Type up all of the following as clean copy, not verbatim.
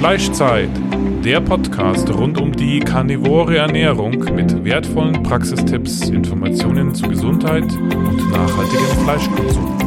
Fleischzeit, der Podcast rund um die karnivore Ernährung mit wertvollen Praxistipps, Informationen zu Gesundheit und nachhaltigem Fleischkonsum.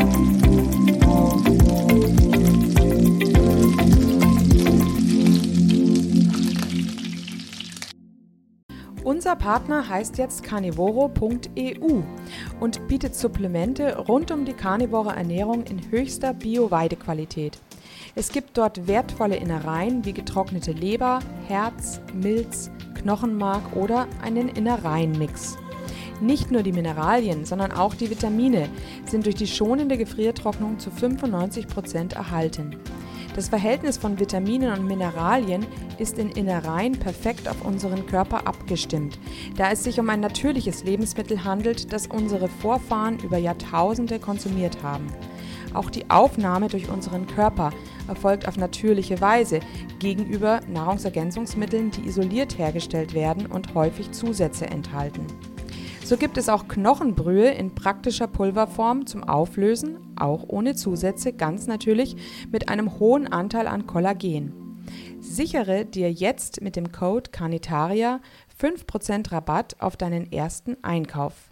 Unser Partner heißt jetzt carnivoro.eu und bietet Supplemente rund um die karnivore Ernährung in höchster Bio-Weidequalität. Es gibt dort wertvolle Innereien wie getrocknete Leber, Herz, Milz, Knochenmark oder einen Innereienmix. Nicht nur die Mineralien, sondern auch die Vitamine sind durch die schonende Gefriertrocknung zu 95% erhalten. Das Verhältnis von Vitaminen und Mineralien ist in Innereien perfekt auf unseren Körper abgestimmt, da es sich um ein natürliches Lebensmittel handelt, das unsere Vorfahren über Jahrtausende konsumiert haben. Auch die Aufnahme durch unseren Körper erfolgt auf natürliche Weise gegenüber Nahrungsergänzungsmitteln, die isoliert hergestellt werden und häufig Zusätze enthalten. So gibt es auch Knochenbrühe in praktischer Pulverform zum Auflösen, auch ohne Zusätze, ganz natürlich mit einem hohen Anteil an Kollagen. Sichere dir jetzt mit dem Code CARNITARIA 5% Rabatt auf deinen ersten Einkauf.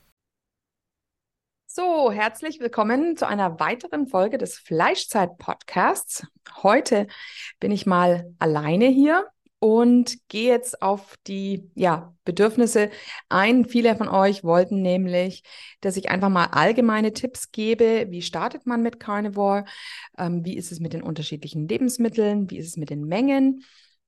So, herzlich willkommen zu einer weiteren Folge des Fleischzeit-Podcasts. Heute bin ich mal alleine hier und gehe jetzt auf die Bedürfnisse ein. Viele von euch wollten nämlich, dass ich einfach mal allgemeine Tipps gebe. Wie startet man mit Carnivore? Wie ist es mit den unterschiedlichen Lebensmitteln? Wie ist es mit den Mengen?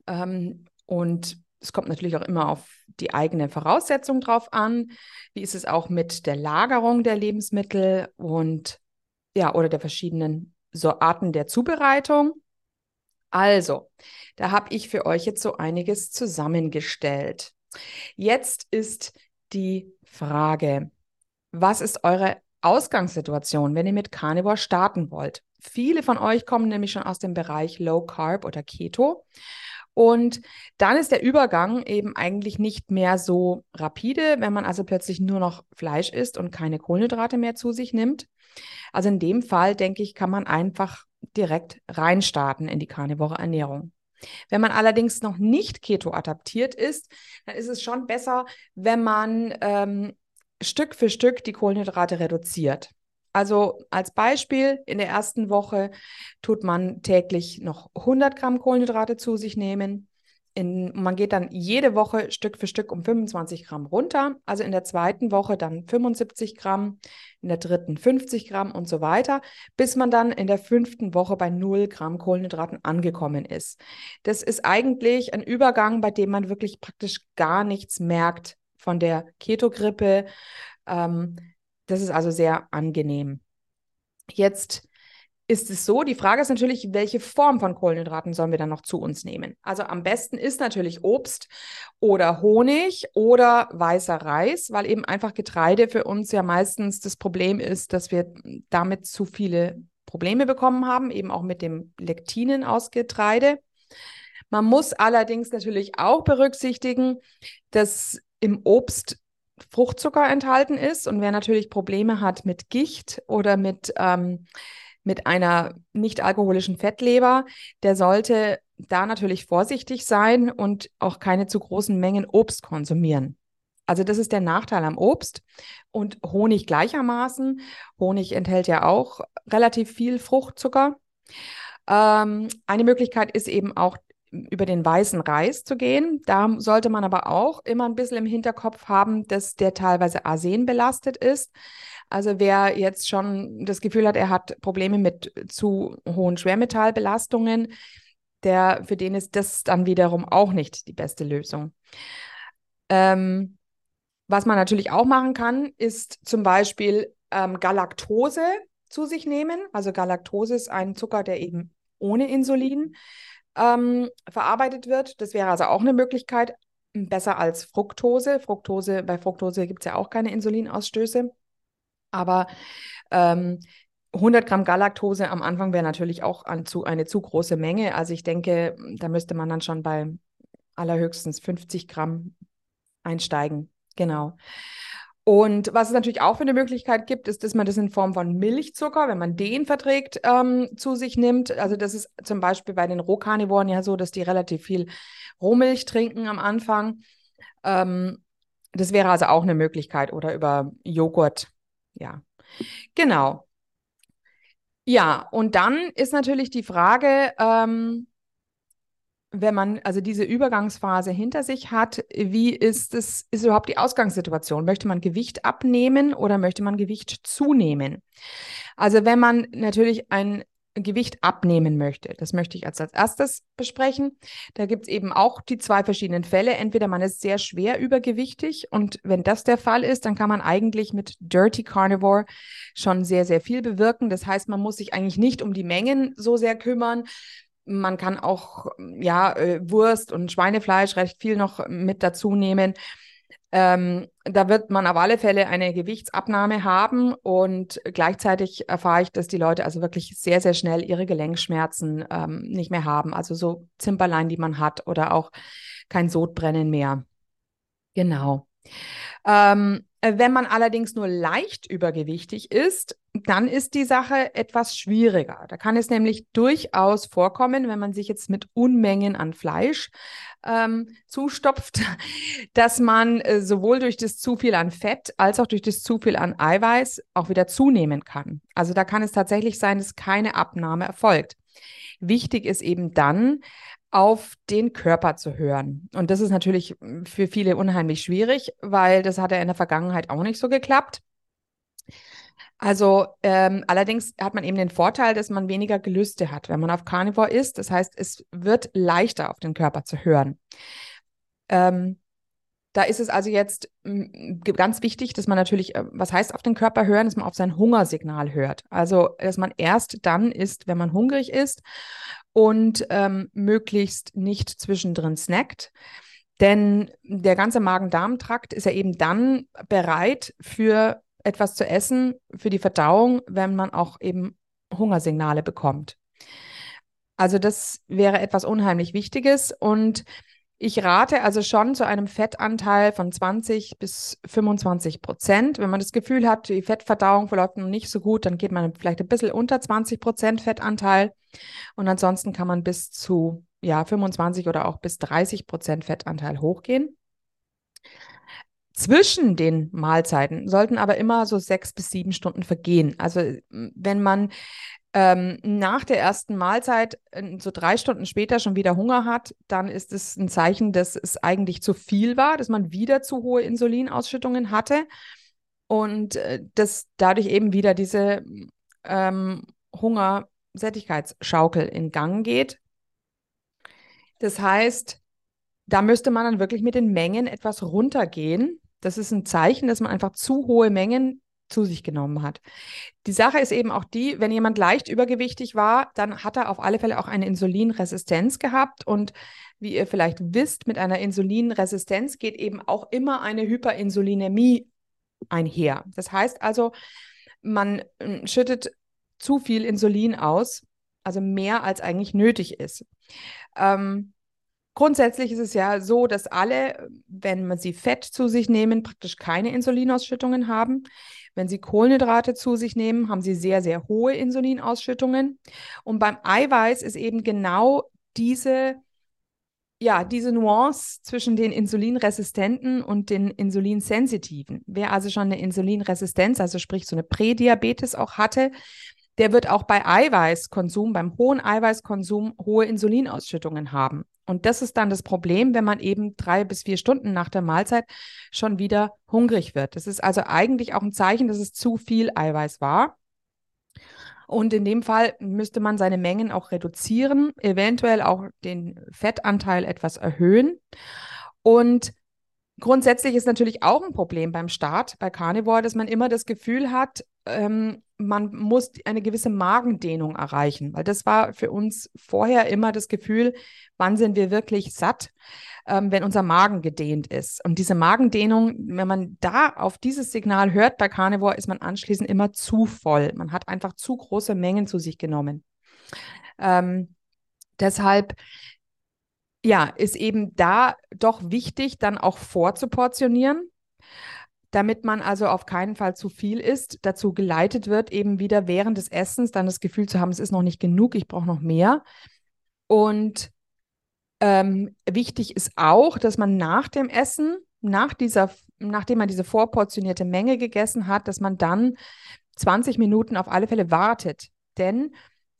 Und es kommt natürlich auch immer auf die eigene Voraussetzung drauf an. Wie ist es auch mit der Lagerung der Lebensmittel und oder der verschiedenen Arten der Zubereitung? Also, da habe ich für euch jetzt so einiges zusammengestellt. Jetzt ist die Frage, was ist eure Ausgangssituation, wenn ihr mit Carnivore starten wollt? Viele von euch kommen nämlich schon aus dem Bereich Low Carb oder Keto. Und dann ist der Übergang eben eigentlich nicht mehr so rapide, wenn man also plötzlich nur noch Fleisch isst und keine Kohlenhydrate mehr zu sich nimmt. Also in dem Fall, denke ich, kann man einfach direkt reinstarten in die karnivore Ernährung. Wenn man allerdings noch nicht Keto-adaptiert ist, dann ist es schon besser, wenn man Stück für Stück die Kohlenhydrate reduziert. Also als Beispiel, in der ersten Woche tut man täglich noch 100 Gramm Kohlenhydrate zu sich nehmen. Man geht dann jede Woche Stück für Stück um 25 Gramm runter. Also in der zweiten Woche dann 75 Gramm, in der dritten 50 Gramm und so weiter, bis man dann in der 5. Woche bei 0 Gramm Kohlenhydraten angekommen ist. Das ist eigentlich ein Übergang, bei dem man wirklich praktisch gar nichts merkt von der Keto-Grippe. Das ist also sehr angenehm. Jetzt ist es so, die Frage ist natürlich, welche Form von Kohlenhydraten sollen wir dann noch zu uns nehmen? Also am besten ist natürlich Obst oder Honig oder weißer Reis, weil eben einfach Getreide für uns ja meistens das Problem ist, dass wir damit zu viele Probleme bekommen haben, eben auch mit dem Lektinen aus Getreide. Man muss allerdings natürlich auch berücksichtigen, dass im Obst Fruchtzucker enthalten ist und wer natürlich Probleme hat mit Gicht oder mit einer nicht alkoholischen Fettleber, der sollte da natürlich vorsichtig sein und auch keine zu großen Mengen Obst konsumieren. Also das ist der Nachteil am Obst und Honig gleichermaßen. Honig enthält ja auch relativ viel Fruchtzucker. Eine Möglichkeit ist eben auch über den weißen Reis zu gehen. Da sollte man aber auch immer ein bisschen im Hinterkopf haben, dass der teilweise arsenbelastet ist. Also wer jetzt schon das Gefühl hat, er hat Probleme mit zu hohen Schwermetallbelastungen, für den ist das dann wiederum auch nicht die beste Lösung. Was man natürlich auch machen kann, ist zum Beispiel Galaktose zu sich nehmen. Also Galaktose ist ein Zucker, der eben ohne Insulin verarbeitet wird. Das wäre also auch eine Möglichkeit, besser als Fructose. Bei Fructose gibt es ja auch keine Insulinausstöße. Aber 100 Gramm Galaktose am Anfang wäre natürlich auch eine zu große Menge. Also ich denke, da müsste man dann schon bei allerhöchstens 50 Gramm einsteigen. Genau. Und was es natürlich auch für eine Möglichkeit gibt, ist, dass man das in Form von Milchzucker, wenn man den verträgt, zu sich nimmt. Also das ist zum Beispiel bei den Rohkarnivoren ja so, dass die relativ viel Rohmilch trinken am Anfang. Das wäre also auch eine Möglichkeit oder über Joghurt. Ja, genau. Ja, und dann ist natürlich die Frage, wenn man also diese Übergangsphase hinter sich hat, wie ist überhaupt die Ausgangssituation? Möchte man Gewicht abnehmen oder möchte man Gewicht zunehmen? Also wenn man natürlich ein Gewicht abnehmen möchte, das möchte ich als erstes besprechen. Da gibt es eben auch die zwei verschiedenen Fälle. Entweder man ist sehr schwer übergewichtig und wenn das der Fall ist, dann kann man eigentlich mit Dirty Carnivore schon sehr, sehr viel bewirken. Das heißt, man muss sich eigentlich nicht um die Mengen so sehr kümmern. Man kann auch ja, Wurst und Schweinefleisch recht viel noch mit dazu nehmen. Da wird man auf alle Fälle eine Gewichtsabnahme haben und gleichzeitig erfahre ich, dass die Leute also wirklich sehr, sehr schnell ihre Gelenkschmerzen nicht mehr haben. Also so Zimperlein, die man hat oder auch kein Sodbrennen mehr. Genau. Wenn man allerdings nur leicht übergewichtig ist, dann ist die Sache etwas schwieriger. Da kann es nämlich durchaus vorkommen, wenn man sich jetzt mit Unmengen an Fleisch zustopft, dass man sowohl durch das zu viel an Fett als auch durch das zu viel an Eiweiß auch wieder zunehmen kann. Also da kann es tatsächlich sein, dass keine Abnahme erfolgt. Wichtig ist eben dann, auf den Körper zu hören. Und das ist natürlich für viele unheimlich schwierig, weil das hat ja in der Vergangenheit auch nicht so geklappt. Also allerdings hat man eben den Vorteil, dass man weniger Gelüste hat, wenn man auf Carnivore ist. Das heißt, es wird leichter auf den Körper zu hören. Da ist es also jetzt ganz wichtig, dass man natürlich, was heißt auf den Körper hören, dass man auf sein Hungersignal hört. Also, dass man erst dann isst, wenn man hungrig ist und möglichst nicht zwischendrin snackt. Denn der ganze Magen-Darm-Trakt ist ja eben dann bereit für etwas zu essen, für die Verdauung, wenn man auch eben Hungersignale bekommt. Also das wäre etwas unheimlich Wichtiges und ich rate also schon zu einem Fettanteil von 20-25%. Wenn man das Gefühl hat, die Fettverdauung verläuft noch nicht so gut, dann geht man vielleicht ein bisschen unter 20% Fettanteil. Und ansonsten kann man bis zu 25 oder auch bis 30% Fettanteil hochgehen. Zwischen den Mahlzeiten sollten aber immer so 6 bis 7 Stunden vergehen. Also wenn man nach der ersten Mahlzeit so 3 Stunden später schon wieder Hunger hat, dann ist es ein Zeichen, dass es eigentlich zu viel war, dass man wieder zu hohe Insulinausschüttungen hatte und dass dadurch eben wieder diese Hunger-Sättigkeitsschaukel in Gang geht. Das heißt, da müsste man dann wirklich mit den Mengen etwas runtergehen. Das ist ein Zeichen, dass man einfach zu hohe Mengen zu sich genommen hat. Die Sache ist eben auch die, wenn jemand leicht übergewichtig war, dann hat er auf alle Fälle auch eine Insulinresistenz gehabt. Und wie ihr vielleicht wisst, mit einer Insulinresistenz geht eben auch immer eine Hyperinsulinämie einher. Das heißt also, man schüttet zu viel Insulin aus, also mehr als eigentlich nötig ist. Grundsätzlich ist es ja so, dass alle, wenn man sie Fett zu sich nehmen, praktisch keine Insulinausschüttungen haben. Wenn sie Kohlenhydrate zu sich nehmen, haben sie sehr, sehr hohe Insulinausschüttungen. Und beim Eiweiß ist eben genau diese Nuance zwischen den Insulinresistenten und den Insulinsensitiven. Wer also schon eine Insulinresistenz, also sprich so eine Prädiabetes auch hatte, der wird auch bei Eiweißkonsum, beim hohen Eiweißkonsum, hohe Insulinausschüttungen haben. Und das ist dann das Problem, wenn man eben 3 bis 4 Stunden nach der Mahlzeit schon wieder hungrig wird. Das ist also eigentlich auch ein Zeichen, dass es zu viel Eiweiß war. Und in dem Fall müsste man seine Mengen auch reduzieren, eventuell auch den Fettanteil etwas erhöhen. Und grundsätzlich ist natürlich auch ein Problem beim Start bei Carnivore, dass man immer das Gefühl hat, man muss eine gewisse Magendehnung erreichen, weil das war für uns vorher immer das Gefühl, wann sind wir wirklich satt, wenn unser Magen gedehnt ist. Und diese Magendehnung, wenn man da auf dieses Signal hört bei Carnivore, ist man anschließend immer zu voll. Man hat einfach zu große Mengen zu sich genommen. Deshalb ist eben da doch wichtig, dann auch vorzuportionieren. damit man also auf keinen Fall zu viel isst, dazu geleitet wird, eben wieder während des Essens dann das Gefühl zu haben, es ist noch nicht genug, ich brauche noch mehr. Und wichtig ist auch, dass man nach dem Essen, nachdem man diese vorportionierte Menge gegessen hat, dass man dann 20 Minuten auf alle Fälle wartet. Denn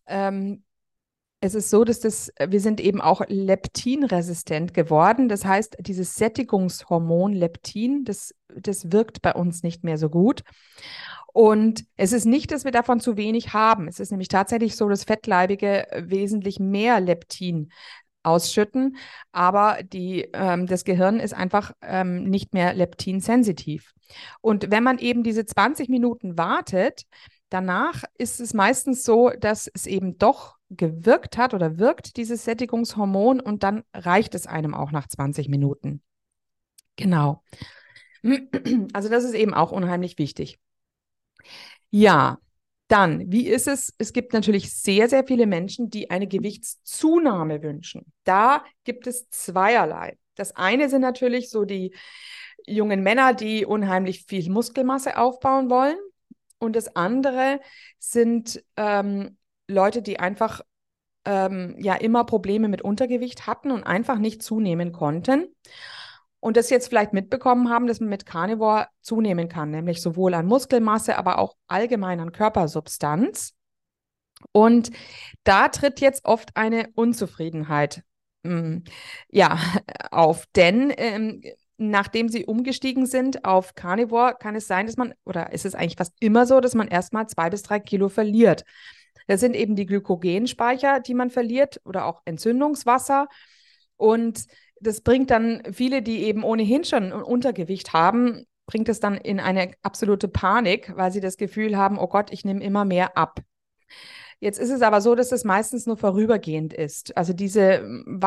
es ist so, wir sind eben auch leptinresistent geworden. Das heißt, dieses Sättigungshormon Leptin, das wirkt bei uns nicht mehr so gut. Und es ist nicht, dass wir davon zu wenig haben. Es ist nämlich tatsächlich so, dass Fettleibige wesentlich mehr Leptin ausschütten, aber das Gehirn ist einfach nicht mehr leptinsensitiv. Und wenn man eben diese 20 Minuten wartet, danach ist es meistens so, dass es eben doch gewirkt hat oder wirkt, dieses Sättigungshormon, und dann reicht es einem auch nach 20 Minuten. Genau. Also das ist eben auch unheimlich wichtig. Ja, dann, wie ist es? Es gibt natürlich sehr, sehr viele Menschen, die eine Gewichtszunahme wünschen. Da gibt es zweierlei. Das eine sind natürlich so die jungen Männer, die unheimlich viel Muskelmasse aufbauen wollen. Und das andere sind Leute, die einfach ja immer Probleme mit Untergewicht hatten und einfach nicht zunehmen konnten. Und das jetzt vielleicht mitbekommen haben, dass man mit Carnivore zunehmen kann, nämlich sowohl an Muskelmasse, aber auch allgemein an Körpersubstanz. Und da tritt jetzt oft eine Unzufriedenheit ja, auf, denn nachdem sie umgestiegen sind auf Carnivore, kann es sein, oder ist es eigentlich fast immer so, dass man erstmal 2 bis 3 Kilo verliert. Das sind eben die Glykogenspeicher, die man verliert, oder auch Entzündungswasser. Und das bringt dann viele, die eben ohnehin schon ein Untergewicht haben, bringt es dann in eine absolute Panik, weil sie das Gefühl haben, oh Gott, ich nehme immer mehr ab. Jetzt ist es aber so, dass es meistens nur vorübergehend ist. Also diese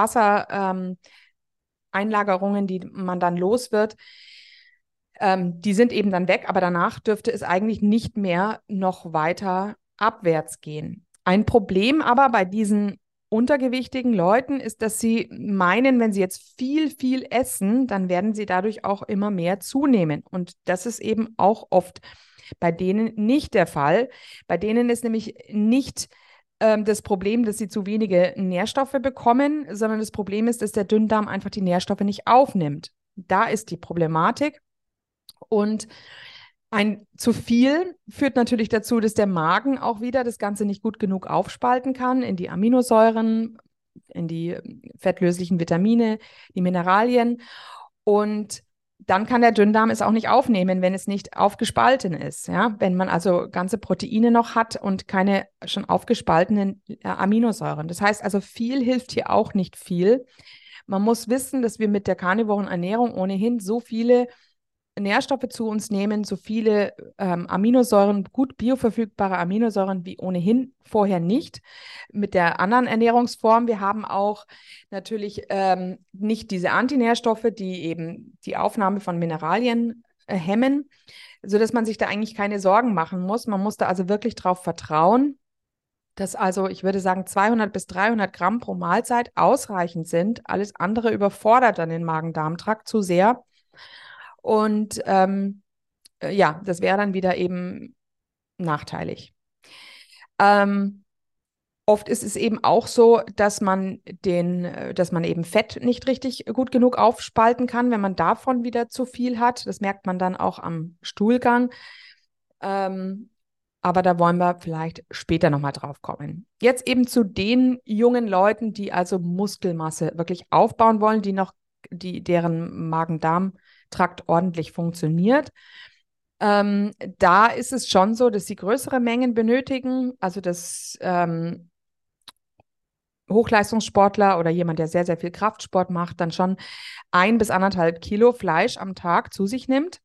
Wassereinlagerungen, die man dann los wird, die sind eben dann weg, aber danach dürfte es eigentlich nicht mehr noch weiter abwärts gehen. Ein Problem aber bei diesen untergewichtigen Leuten ist, dass sie meinen, wenn sie jetzt viel, viel essen, dann werden sie dadurch auch immer mehr zunehmen. Und das ist eben auch oft bei denen nicht der Fall. Bei denen ist nämlich nicht das Problem, dass sie zu wenige Nährstoffe bekommen, sondern das Problem ist, dass der Dünndarm einfach die Nährstoffe nicht aufnimmt. Da ist die Problematik. Und ein zu viel führt natürlich dazu, dass der Magen auch wieder das Ganze nicht gut genug aufspalten kann in die Aminosäuren, in die fettlöslichen Vitamine, die Mineralien. Und dann kann der Dünndarm es auch nicht aufnehmen, wenn es nicht aufgespalten ist. Ja? Wenn man also ganze Proteine noch hat und keine schon aufgespaltenen Aminosäuren. Das heißt also, viel hilft hier auch nicht viel. Man muss wissen, dass wir mit der karnivoren Ernährung ohnehin so viele Nährstoffe zu uns nehmen, so viele Aminosäuren, gut bioverfügbare Aminosäuren wie ohnehin vorher nicht. Mit der anderen Ernährungsform, wir haben auch natürlich nicht diese Antinährstoffe, die eben die Aufnahme von Mineralien hemmen, sodass man sich da eigentlich keine Sorgen machen muss. Man muss da also wirklich darauf vertrauen, dass also, ich würde sagen, 200 bis 300 Gramm pro Mahlzeit ausreichend sind. Alles andere überfordert dann den Magen-Darm-Trakt zu sehr. Und ja, das wäre dann wieder eben nachteilig. Oft ist es eben auch so, dass man eben Fett nicht richtig gut genug aufspalten kann, wenn man davon wieder zu viel hat. Das merkt man dann auch am Stuhlgang. Aber da wollen wir vielleicht später nochmal drauf kommen. Jetzt eben zu den jungen Leuten, die also Muskelmasse wirklich aufbauen wollen, deren Magen-Darm-Trakt ordentlich funktioniert. Da ist es schon so, dass sie größere Mengen benötigen. Also dass Hochleistungssportler oder jemand, der sehr, sehr viel Kraftsport macht, dann schon 1 bis 1,5 Kilo Fleisch am Tag zu sich nimmt.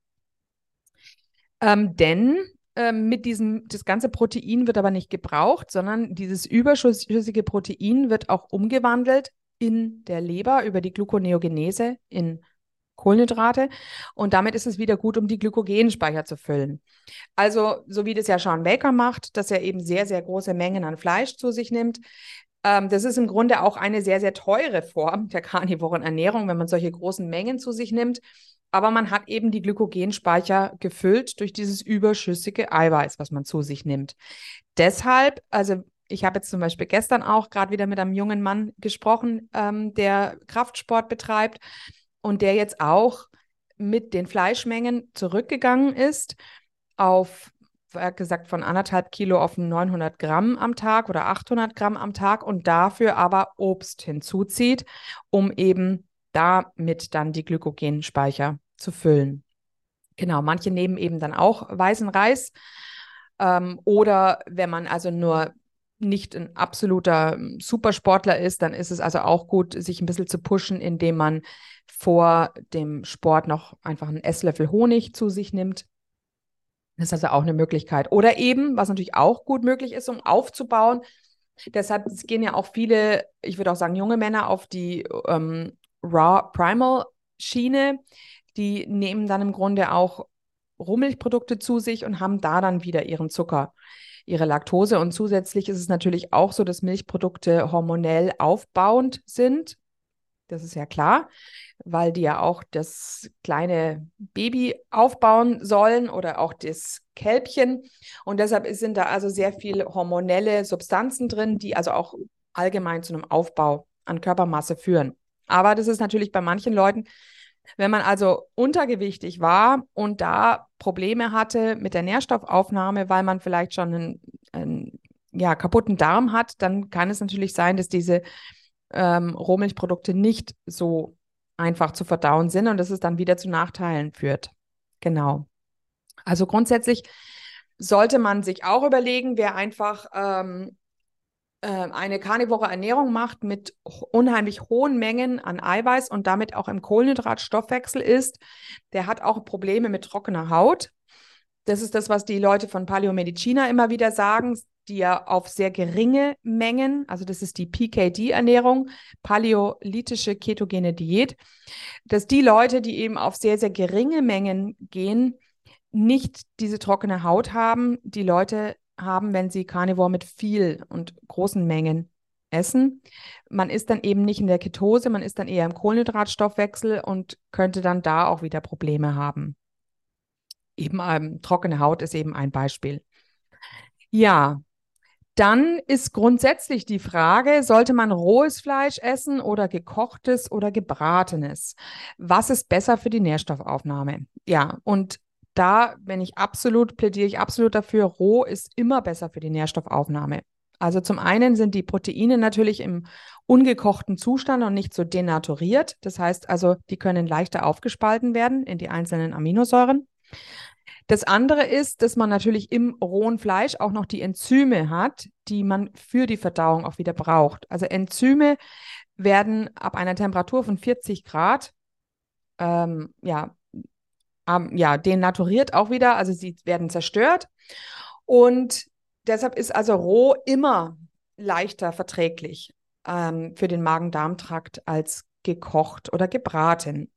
Denn das ganze Protein wird aber nicht gebraucht, sondern dieses überschüssige Protein wird auch umgewandelt in der Leber über die Gluconeogenese in Kohlenhydrate, und damit ist es wieder gut, um die Glykogenspeicher zu füllen. Also, so wie das ja Shawn Baker macht, dass er eben sehr, sehr große Mengen an Fleisch zu sich nimmt. Das ist im Grunde auch eine sehr, sehr teure Form der karnivoren Ernährung, wenn man solche großen Mengen zu sich nimmt. aber man hat eben die Glykogenspeicher gefüllt durch dieses überschüssige Eiweiß, was man zu sich nimmt. Deshalb, also ich habe jetzt zum Beispiel gestern auch gerade wieder mit einem jungen Mann gesprochen, der Kraftsport betreibt und der jetzt auch mit den Fleischmengen zurückgegangen ist auf, er hat gesagt, von 1,5 Kilo auf 900 Gramm am Tag oder 800 Gramm am Tag und dafür aber Obst hinzuzieht, um eben damit dann die Glykogenspeicher zu füllen. Genau, manche nehmen eben dann auch weißen Reis. Oder wenn man also nur nicht ein absoluter Supersportler ist, dann ist es also auch gut, sich ein bisschen zu pushen, indem man vor dem Sport noch einfach einen Esslöffel Honig zu sich nimmt. Das ist also auch eine Möglichkeit. Oder eben, was natürlich auch gut möglich ist, um aufzubauen. Deshalb gehen ja auch viele, ich würde auch sagen, junge Männer auf die Raw Primal Schiene. Die nehmen dann im Grunde auch Rohmilchprodukte zu sich und haben da dann wieder ihren Zucker, ihre Laktose. Und zusätzlich ist es natürlich auch so, dass Milchprodukte hormonell aufbauend sind. Das ist ja klar, weil die ja auch das kleine Baby aufbauen sollen oder auch das Kälbchen. Und deshalb sind da also sehr viele hormonelle Substanzen drin, die also auch allgemein zu einem Aufbau an Körpermasse führen. Aber das ist natürlich bei manchen Leuten, wenn man also untergewichtig war und da Probleme hatte mit der Nährstoffaufnahme, weil man vielleicht schon einen ja, kaputten Darm hat, dann kann es natürlich sein, dass diese Rohmilchprodukte nicht so einfach zu verdauen sind und dass es dann wieder zu Nachteilen führt. Genau. Also grundsätzlich sollte man sich auch überlegen, wer einfach eine karnivore Ernährung macht mit unheimlich hohen Mengen an Eiweiß und damit auch im Kohlenhydratstoffwechsel ist, der hat auch Probleme mit trockener Haut. Das ist das, was die Leute von Paleo Medicina immer wieder sagen, die ja auf sehr geringe Mengen, also das ist die PKD-Ernährung, paläolithische ketogene Diät, dass die Leute, die eben auf sehr, sehr geringe Mengen gehen, nicht diese trockene Haut haben, die Leute haben, wenn sie Carnivore mit viel und großen Mengen essen. Man ist dann eben nicht in der Ketose, man ist dann eher im Kohlenhydratstoffwechsel und könnte dann da auch wieder Probleme haben. Eben trockene Haut ist eben ein Beispiel. Ja, dann ist grundsätzlich die Frage, sollte man rohes Fleisch essen oder gekochtes oder gebratenes? Was ist besser für die Nährstoffaufnahme? Ja, und da plädiere ich absolut dafür, roh ist immer besser für die Nährstoffaufnahme. Also zum einen sind die Proteine natürlich im ungekochten Zustand und nicht so denaturiert. Das heißt also, die können leichter aufgespalten werden in die einzelnen Aminosäuren. Das andere ist, dass man natürlich im rohen Fleisch auch noch die Enzyme hat, die man für die Verdauung auch wieder braucht. Also Enzyme werden ab einer Temperatur von 40 Grad denaturiert auch wieder, also sie werden zerstört. Und deshalb ist also roh immer leichter verträglich für den Magen-Darm-Trakt als gekocht oder gebraten.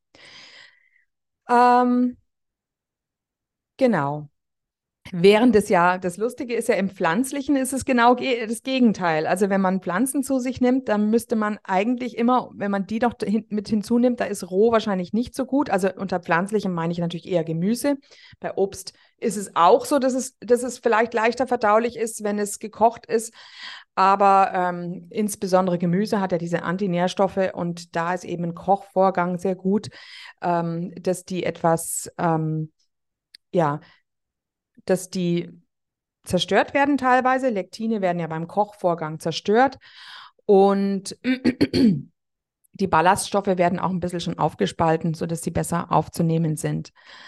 Genau. Während das Lustige ist ja, im Pflanzlichen ist es genau das Gegenteil. Also wenn man Pflanzen zu sich nimmt, dann müsste man eigentlich immer, wenn man die doch mit hinzunimmt, da ist roh wahrscheinlich nicht so gut. Also unter Pflanzlichem meine ich natürlich eher Gemüse. Bei Obst ist es auch so, dass es vielleicht leichter verdaulich ist, wenn es gekocht ist. Aber insbesondere Gemüse hat ja diese Antinährstoffe und da ist eben ein Kochvorgang sehr gut, dass die dass die zerstört werden teilweise. Lektine werden ja beim Kochvorgang zerstört und die Ballaststoffe werden auch ein bisschen schon aufgespalten, sodass sie besser aufzunehmen sind.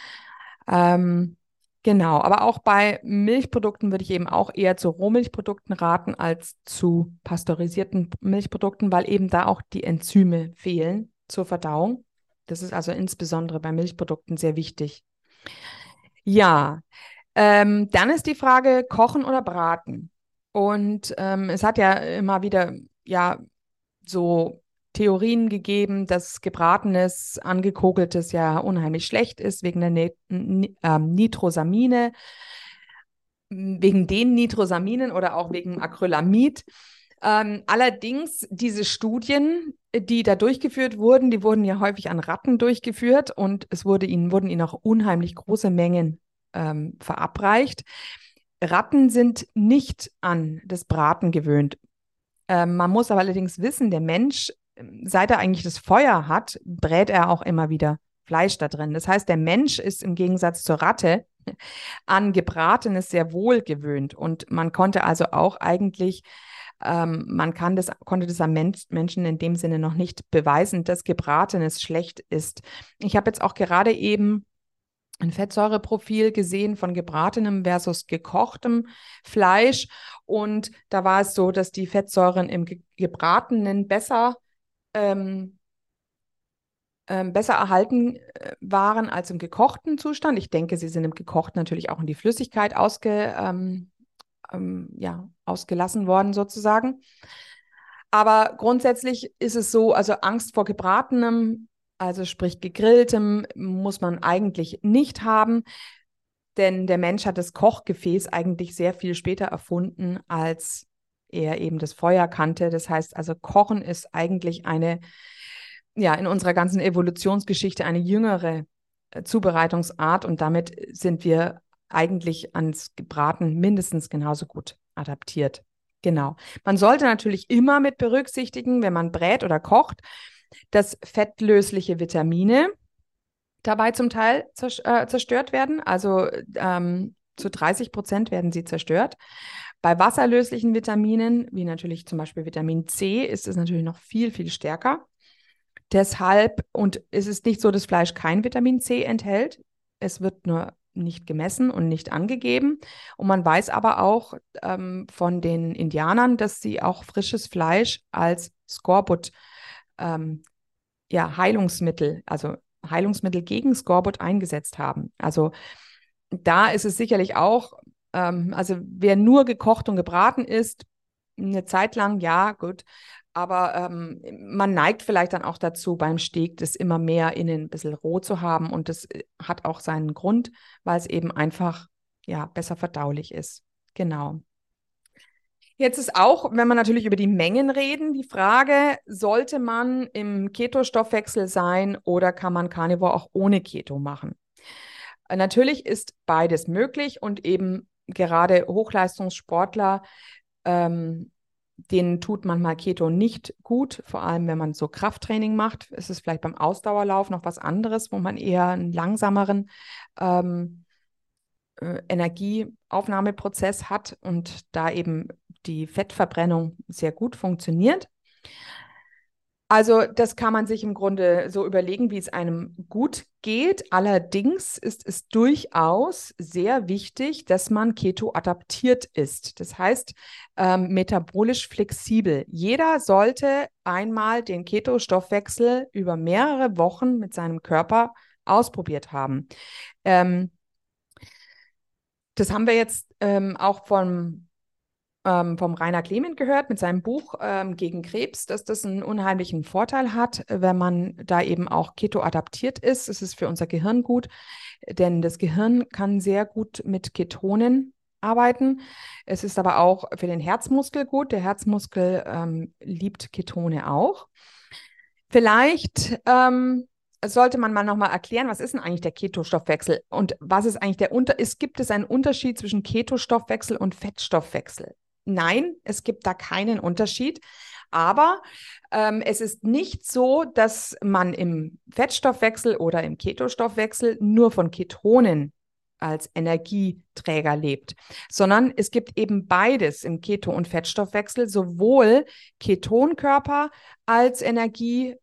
Genau, aber auch bei Milchprodukten würde ich eben auch eher zu Rohmilchprodukten raten als zu pasteurisierten Milchprodukten, weil eben da auch die Enzyme fehlen zur Verdauung. Das ist also insbesondere bei Milchprodukten sehr wichtig. Ja, dann ist die Frage, kochen oder braten. Und es hat ja immer wieder so Theorien gegeben, dass gebratenes, angekokeltes ja unheimlich schlecht ist wegen der Nitrosamine, wegen den Nitrosaminen oder auch wegen Acrylamid. Allerdings diese Studien, die da durchgeführt wurden, die wurden ja häufig an Ratten durchgeführt und wurden ihnen auch unheimlich große Mengen verabreicht. Ratten sind nicht an das Braten gewöhnt. Man muss aber allerdings wissen, der Mensch, seit er eigentlich das Feuer hat, brät er auch immer wieder Fleisch da drin. Das heißt, der Mensch ist im Gegensatz zur Ratte an Gebratenes sehr wohl gewöhnt. Und man konnte also auch eigentlich, konnte das am Menschen in dem Sinne noch nicht beweisen, dass Gebratenes schlecht ist. Ich habe jetzt auch gerade eben ein Fettsäureprofil gesehen von gebratenem versus gekochtem Fleisch. Und da war es so, dass die Fettsäuren im Gebratenen besser erhalten waren als im gekochten Zustand. Ich denke, sie sind im gekochten natürlich auch in die Flüssigkeit ausgelassen worden sozusagen. Aber grundsätzlich ist es so, also Angst vor Gebratenem, also sprich gegrilltem, muss man eigentlich nicht haben, denn der Mensch hat das Kochgefäß eigentlich sehr viel später erfunden, als er eben das Feuer kannte. Das heißt also, Kochen ist eigentlich in unserer ganzen Evolutionsgeschichte eine jüngere Zubereitungsart und damit sind wir eigentlich ans Braten mindestens genauso gut adaptiert. Genau. Man sollte natürlich immer mit berücksichtigen, wenn man brät oder kocht, dass fettlösliche Vitamine dabei zum Teil zerstört werden. Also zu 30% werden sie zerstört. Bei wasserlöslichen Vitaminen, wie natürlich zum Beispiel Vitamin C, ist es natürlich noch viel, viel stärker. Deshalb, und es ist nicht so, dass Fleisch kein Vitamin C enthält. Es wird nur nicht gemessen und nicht angegeben. Und man weiß aber auch von den Indianern, dass sie auch frisches Fleisch als Skorbut, Heilungsmittel, also Heilungsmittel gegen Skorbut eingesetzt haben. Also da ist es sicherlich auch, also wer nur gekocht und gebraten isst, eine Zeit lang, ja, gut. Aber man neigt vielleicht dann auch dazu, beim Steak das immer mehr innen ein bisschen roh zu haben. Und das hat auch seinen Grund, weil es eben einfach besser verdaulich ist. Genau. Jetzt ist auch, wenn wir natürlich über die Mengen reden, die Frage, sollte man im Keto-Stoffwechsel sein oder kann man Carnivore auch ohne Keto machen? Natürlich ist beides möglich und eben gerade Hochleistungssportler, denen tut manchmal Keto nicht gut, vor allem wenn man so Krafttraining macht. Es ist vielleicht beim Ausdauerlauf noch was anderes, wo man eher einen langsameren Energieaufnahmeprozess hat und da eben die Fettverbrennung sehr gut funktioniert. Also das kann man sich im Grunde so überlegen, wie es einem gut geht. Allerdings ist es durchaus sehr wichtig, dass man Keto-adaptiert ist. Das heißt, metabolisch flexibel. Jeder sollte einmal den Keto-Stoffwechsel über mehrere Wochen mit seinem Körper ausprobiert haben. Das haben wir jetzt auch vom Rainer Clement gehört mit seinem Buch gegen Krebs, dass das einen unheimlichen Vorteil hat, wenn man da eben auch Keto-adaptiert ist. Es ist für unser Gehirn gut, denn das Gehirn kann sehr gut mit Ketonen arbeiten. Es ist aber auch für den Herzmuskel gut. Der Herzmuskel liebt Ketone auch. Vielleicht sollte man mal nochmal erklären, was ist denn eigentlich der Ketostoffwechsel und was ist eigentlich gibt es einen Unterschied zwischen Ketostoffwechsel und Fettstoffwechsel? Nein, es gibt da keinen Unterschied, aber es ist nicht so, dass man im Fettstoffwechsel oder im Ketostoffwechsel nur von Ketonen als Energieträger lebt, sondern es gibt eben beides im Keto- und Fettstoffwechsel, sowohl Ketonkörper als Energieträger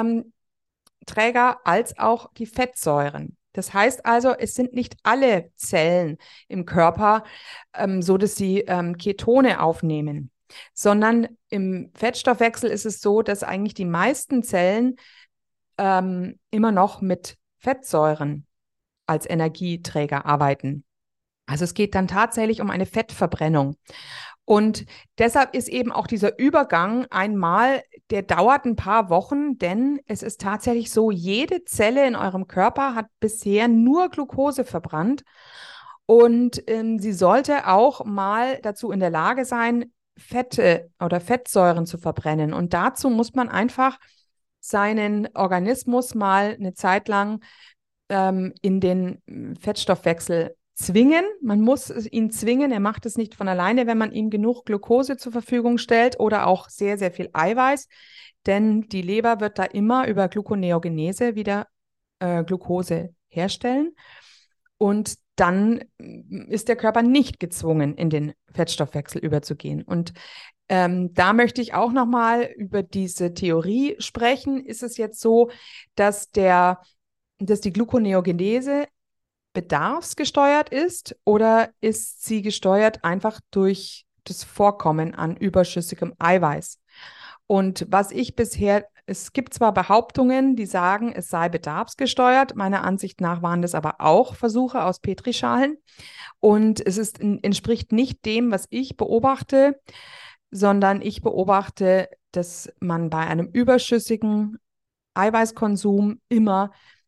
als auch die Fettsäuren. Das heißt also, es sind nicht alle Zellen im Körper so, dass sie Ketone aufnehmen, sondern im Fettstoffwechsel ist es so, dass eigentlich die meisten Zellen immer noch mit Fettsäuren als Energieträger arbeiten. Also es geht dann tatsächlich um eine Fettverbrennung. Und deshalb ist eben auch dieser Übergang der dauert ein paar Wochen, denn es ist tatsächlich so, jede Zelle in eurem Körper hat bisher nur Glucose verbrannt und sie sollte auch mal dazu in der Lage sein, Fette oder Fettsäuren zu verbrennen. Und dazu muss man einfach seinen Organismus mal eine Zeit lang in den Fettstoffwechsel zwingen. Man muss ihn zwingen. Er macht es nicht von alleine, wenn man ihm genug Glucose zur Verfügung stellt oder auch sehr, sehr viel Eiweiß. Denn die Leber wird da immer über Gluconeogenese wieder Glucose herstellen. Und dann ist der Körper nicht gezwungen, in den Fettstoffwechsel überzugehen. Und da möchte ich auch nochmal über diese Theorie sprechen. Ist es jetzt so, dass die Gluconeogenese bedarfsgesteuert ist oder ist sie gesteuert einfach durch das Vorkommen an überschüssigem Eiweiß? Und was ich bisher, es gibt zwar Behauptungen, die sagen, es sei bedarfsgesteuert. Meiner Ansicht nach waren das aber auch Versuche aus Petrischalen. Und entspricht nicht dem, was ich beobachte, sondern ich beobachte, dass man bei einem überschüssigen Eiweißkonsum immer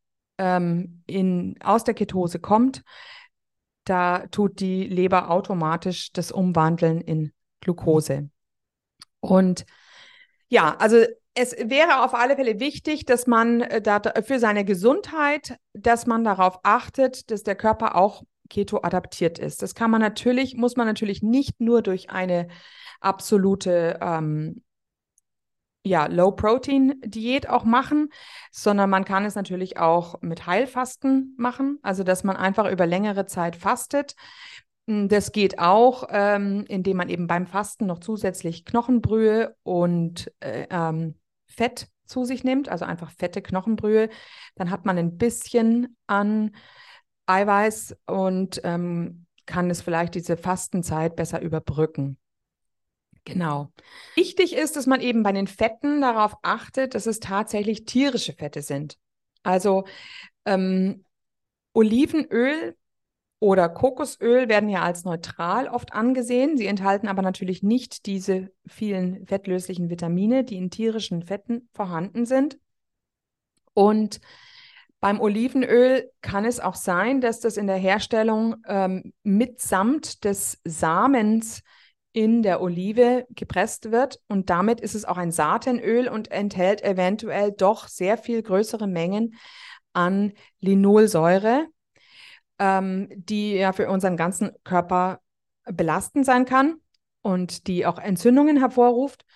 aus der Ketose kommt. Da tut die Leber automatisch das Umwandeln in Glucose. Und ja, also es wäre auf alle Fälle wichtig, dass man für seine Gesundheit, dass man darauf achtet, dass der Körper auch ketoadaptiert ist. Das muss man natürlich nicht nur durch eine absolute Low-Protein-Diät auch machen, sondern man kann es natürlich auch mit Heilfasten machen, also dass man einfach über längere Zeit fastet. Das geht auch, indem man eben beim Fasten noch zusätzlich Knochenbrühe und Fett zu sich nimmt, also einfach fette Knochenbrühe. Dann hat man ein bisschen an Eiweiß und kann es vielleicht diese Fastenzeit besser überbrücken. Genau. Wichtig ist, dass man eben bei den Fetten darauf achtet, dass es tatsächlich tierische Fette sind. Also Olivenöl oder Kokosöl werden ja als neutral oft angesehen. Sie enthalten aber natürlich nicht diese vielen fettlöslichen Vitamine, die in tierischen Fetten vorhanden sind. Und beim Olivenöl kann es auch sein, dass das in der Herstellung mitsamt des Samens in der Olive gepresst wird. Und damit ist es auch ein Saatenöl und enthält eventuell doch sehr viel größere Mengen an Linolsäure, die ja für unseren ganzen Körper belastend sein kann und die auch Entzündungen hervorruft.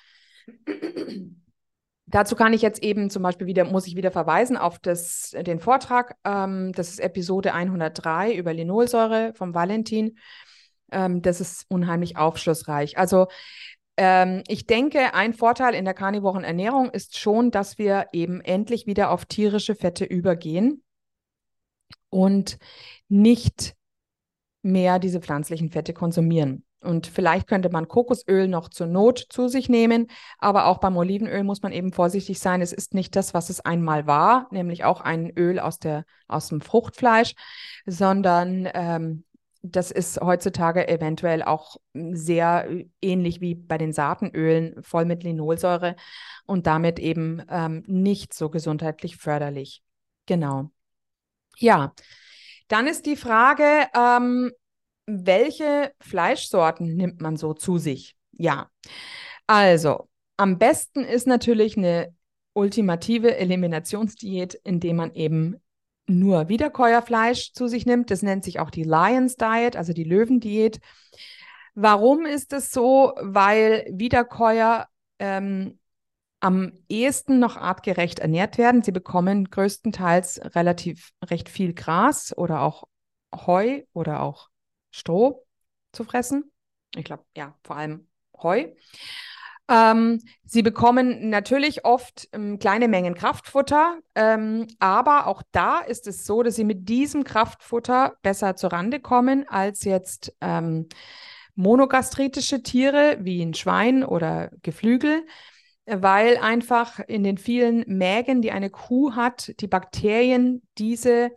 Dazu kann ich jetzt eben zum Beispiel muss ich wieder verweisen auf den Vortrag. Das ist Episode 103 über Linolsäure vom Valentin. Das ist unheimlich aufschlussreich. Also ich denke, ein Vorteil in der karnivoren Ernährung ist schon, dass wir eben endlich wieder auf tierische Fette übergehen und nicht mehr diese pflanzlichen Fette konsumieren. Und vielleicht könnte man Kokosöl noch zur Not zu sich nehmen, aber auch beim Olivenöl muss man eben vorsichtig sein. Es ist nicht das, was es einmal war, nämlich auch ein Öl aus dem Fruchtfleisch, sondern das ist heutzutage eventuell auch sehr ähnlich wie bei den Saatenölen, voll mit Linolsäure und damit eben nicht so gesundheitlich förderlich. Genau. Ja, dann ist die Frage, welche Fleischsorten nimmt man so zu sich? Ja, also am besten ist natürlich eine ultimative Eliminationsdiät, indem man eben nur Wiederkäuerfleisch zu sich nimmt. Das nennt sich auch die Lions Diet, also die Löwendiät. Warum ist es so? Weil Wiederkäuer am ehesten noch artgerecht ernährt werden. Sie bekommen größtenteils recht viel Gras oder auch Heu oder auch Stroh zu fressen. Ich glaube, ja, vor allem Heu. Sie bekommen natürlich oft kleine Mengen Kraftfutter, aber auch da ist es so, dass sie mit diesem Kraftfutter besser zurande kommen als jetzt monogastritische Tiere wie ein Schwein oder Geflügel, weil einfach in den vielen Mägen, die eine Kuh hat, die Bakterien diese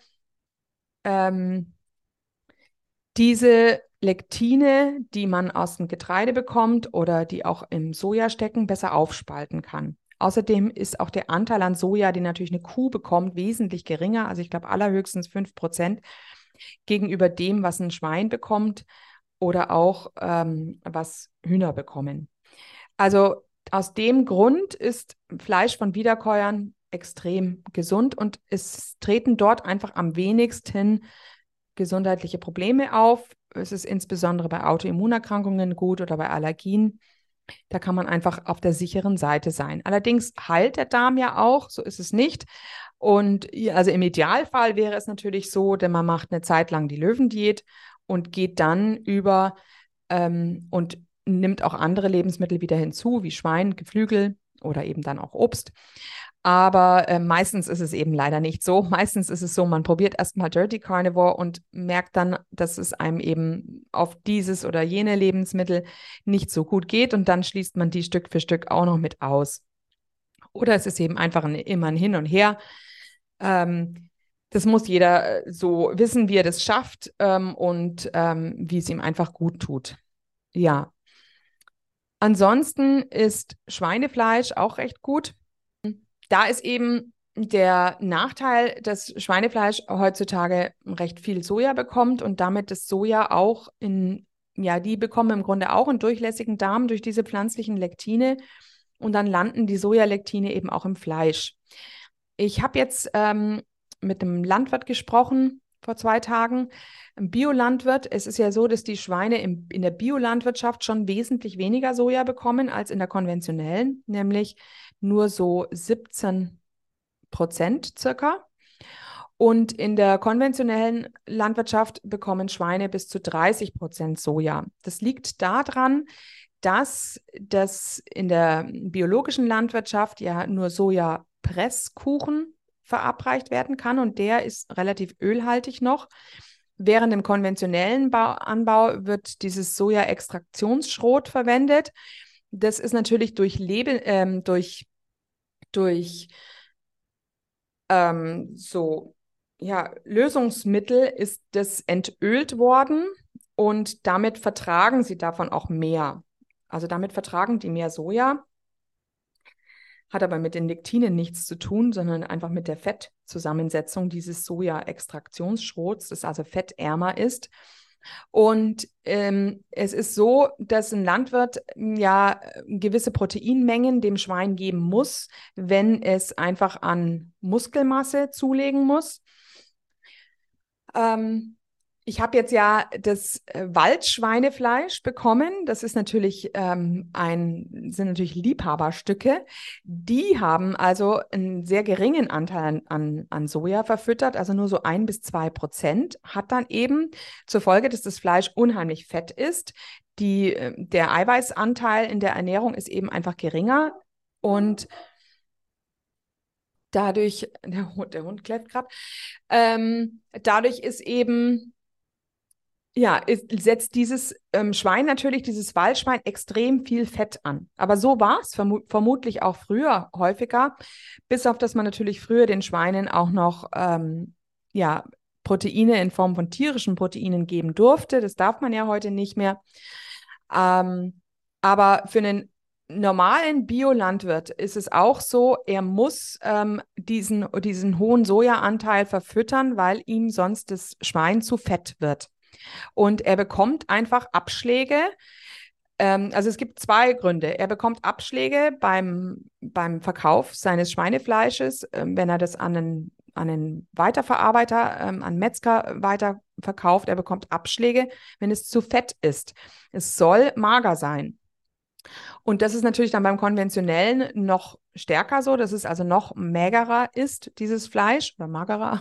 Lektine, die man aus dem Getreide bekommt oder die auch im Soja stecken, besser aufspalten kann. Außerdem ist auch der Anteil an Soja, den natürlich eine Kuh bekommt, wesentlich geringer. Also ich glaube allerhöchstens 5% gegenüber dem, was ein Schwein bekommt. oder auch was Hühner bekommen. Also aus dem Grund ist Fleisch von Wiederkäuern extrem gesund und es treten dort einfach am wenigsten gesundheitliche Probleme auf. Es ist insbesondere bei Autoimmunerkrankungen gut oder bei Allergien. Da kann man einfach auf der sicheren Seite sein. Allerdings heilt der Darm ja auch, so ist es nicht. Und also im Idealfall wäre es natürlich so, denn man macht eine Zeit lang die Löwendiät und geht dann über und nimmt auch andere Lebensmittel wieder hinzu, wie Schwein, Geflügel oder eben dann auch Obst. Aber meistens ist es eben leider nicht so. Meistens ist es so, man probiert erstmal Dirty Carnivore und merkt dann, dass es einem eben auf dieses oder jene Lebensmittel nicht so gut geht und dann schließt man die Stück für Stück auch noch mit aus. Oder es ist eben einfach immer ein Hin und Her. Das muss jeder so wissen, wie er das schafft und wie es ihm einfach gut tut. Ja. Ansonsten ist Schweinefleisch auch recht gut. Da ist eben der Nachteil, dass Schweinefleisch heutzutage recht viel Soja bekommt und damit das Soja auch die bekommen im Grunde auch einen durchlässigen Darm durch diese pflanzlichen Lektine und dann landen die Sojalektine eben auch im Fleisch. Ich habe jetzt mit einem Landwirt gesprochen vor 2 Tagen, ein Biolandwirt. Es ist ja so, dass die Schweine in der Biolandwirtschaft schon wesentlich weniger Soja bekommen als in der konventionellen, nämlich nur so 17% circa. Und in der konventionellen Landwirtschaft bekommen Schweine bis zu 30% Soja. Das liegt daran, dass das in der biologischen Landwirtschaft ja nur Sojapresskuchen verabreicht werden kann und der ist relativ ölhaltig noch. Während im konventionellen Anbau wird dieses Soja-Extraktionsschrot verwendet. Das ist natürlich durch Lösungsmittel ist das entölt worden und damit vertragen sie davon auch mehr. Also damit vertragen die mehr Soja, hat aber mit den Lektinen nichts zu tun, sondern einfach mit der Fettzusammensetzung dieses Soja-Extraktionsschrots, das also fettärmer ist. Und es ist so, dass ein Landwirt ja gewisse Proteinmengen dem Schwein geben muss, wenn es einfach an Muskelmasse zulegen muss. Ich habe jetzt ja das Waldschweinefleisch bekommen. Das ist natürlich sind natürlich Liebhaberstücke. Die haben also einen sehr geringen Anteil an Soja verfüttert, also nur so 1-2%, hat dann eben zur Folge, dass das Fleisch unheimlich fett ist. Der Eiweißanteil in der Ernährung ist eben einfach geringer und dadurch, der Hund kläfft gerade, dadurch ist eben setzt dieses Schwein natürlich, dieses Waldschwein, extrem viel Fett an. Aber so war es vermutlich auch früher häufiger, bis auf dass man natürlich früher den Schweinen auch noch Proteine in Form von tierischen Proteinen geben durfte. Das darf man ja heute nicht mehr. Aber für einen normalen Biolandwirt ist es auch so, er muss diesen hohen Sojaanteil verfüttern, weil ihm sonst das Schwein zu fett wird. Und er bekommt einfach Abschläge. Also es gibt 2 Gründe. Er bekommt Abschläge beim Verkauf seines Schweinefleisches, wenn er das an einen Weiterverarbeiter, an Metzger weiterverkauft. Er bekommt Abschläge, wenn es zu fett ist. Es soll mager sein. Und das ist natürlich dann beim konventionellen noch stärker so, dass es also noch magerer ist, dieses Fleisch, oder magerer.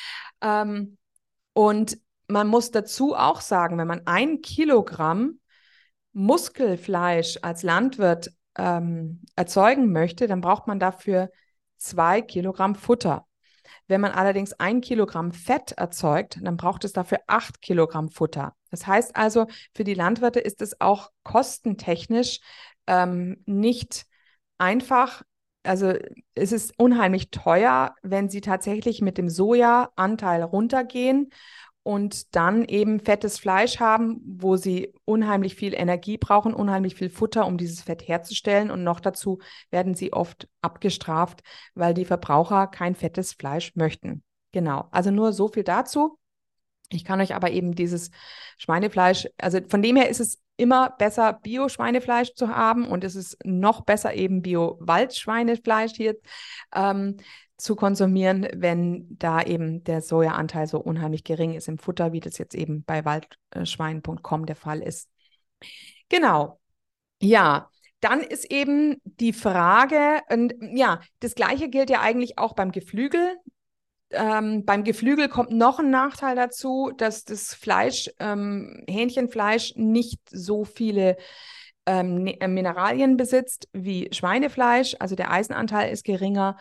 Und man muss dazu auch sagen, wenn man 1 Kilogramm Muskelfleisch als Landwirt erzeugen möchte, dann braucht man dafür 2 Kilogramm Futter. Wenn man allerdings 1 Kilogramm Fett erzeugt, dann braucht es dafür 8 Kilogramm Futter. Das heißt also, für die Landwirte ist es auch kostentechnisch nicht einfach. Also es ist unheimlich teuer, wenn sie tatsächlich mit dem Sojaanteil runtergehen und dann eben fettes Fleisch haben, wo sie unheimlich viel Energie brauchen, unheimlich viel Futter, um dieses Fett herzustellen. Und noch dazu werden sie oft abgestraft, weil die Verbraucher kein fettes Fleisch möchten. Genau, also nur so viel dazu. Ich kann euch aber eben dieses Schweinefleisch, also von dem her ist es immer besser, Bio-Schweinefleisch zu haben und es ist noch besser, eben Bio-Waldschweinefleisch hier zu konsumieren, wenn da eben der Sojaanteil so unheimlich gering ist im Futter, wie das jetzt eben bei waldschwein.com der Fall ist. Genau. Ja, dann ist eben die Frage, und ja, das Gleiche gilt ja eigentlich auch beim Geflügel. Beim Geflügel kommt noch ein Nachteil dazu, dass das Fleisch, Hähnchenfleisch, nicht so viele Mineralien besitzt wie Schweinefleisch. Also der Eisenanteil ist geringer.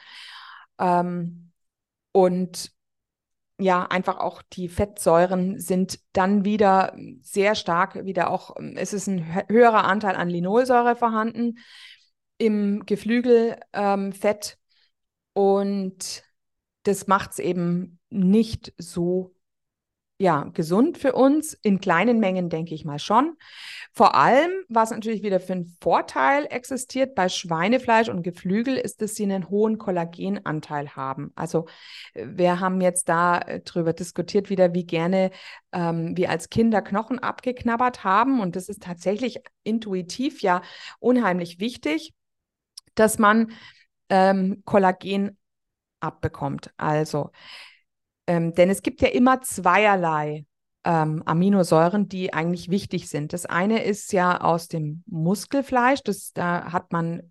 Und ja, einfach auch die Fettsäuren sind dann wieder sehr stark, wieder auch, es ist ein höherer Anteil an Linolsäure vorhanden im Geflügelfett. Und das macht es eben nicht so ja, gesund für uns. In kleinen Mengen denke ich mal schon. Vor allem, was natürlich wieder für einen Vorteil existiert bei Schweinefleisch und Geflügel, ist, dass sie einen hohen Kollagenanteil haben. Also wir haben jetzt da drüber diskutiert wieder, wie gerne wir als Kinder Knochen abgeknabbert haben. Und das ist tatsächlich intuitiv ja unheimlich wichtig, dass man Kollagen abbekommt. Also denn es gibt ja immer zweierlei Aminosäuren, die eigentlich wichtig sind. Das eine ist ja aus dem Muskelfleisch, da hat man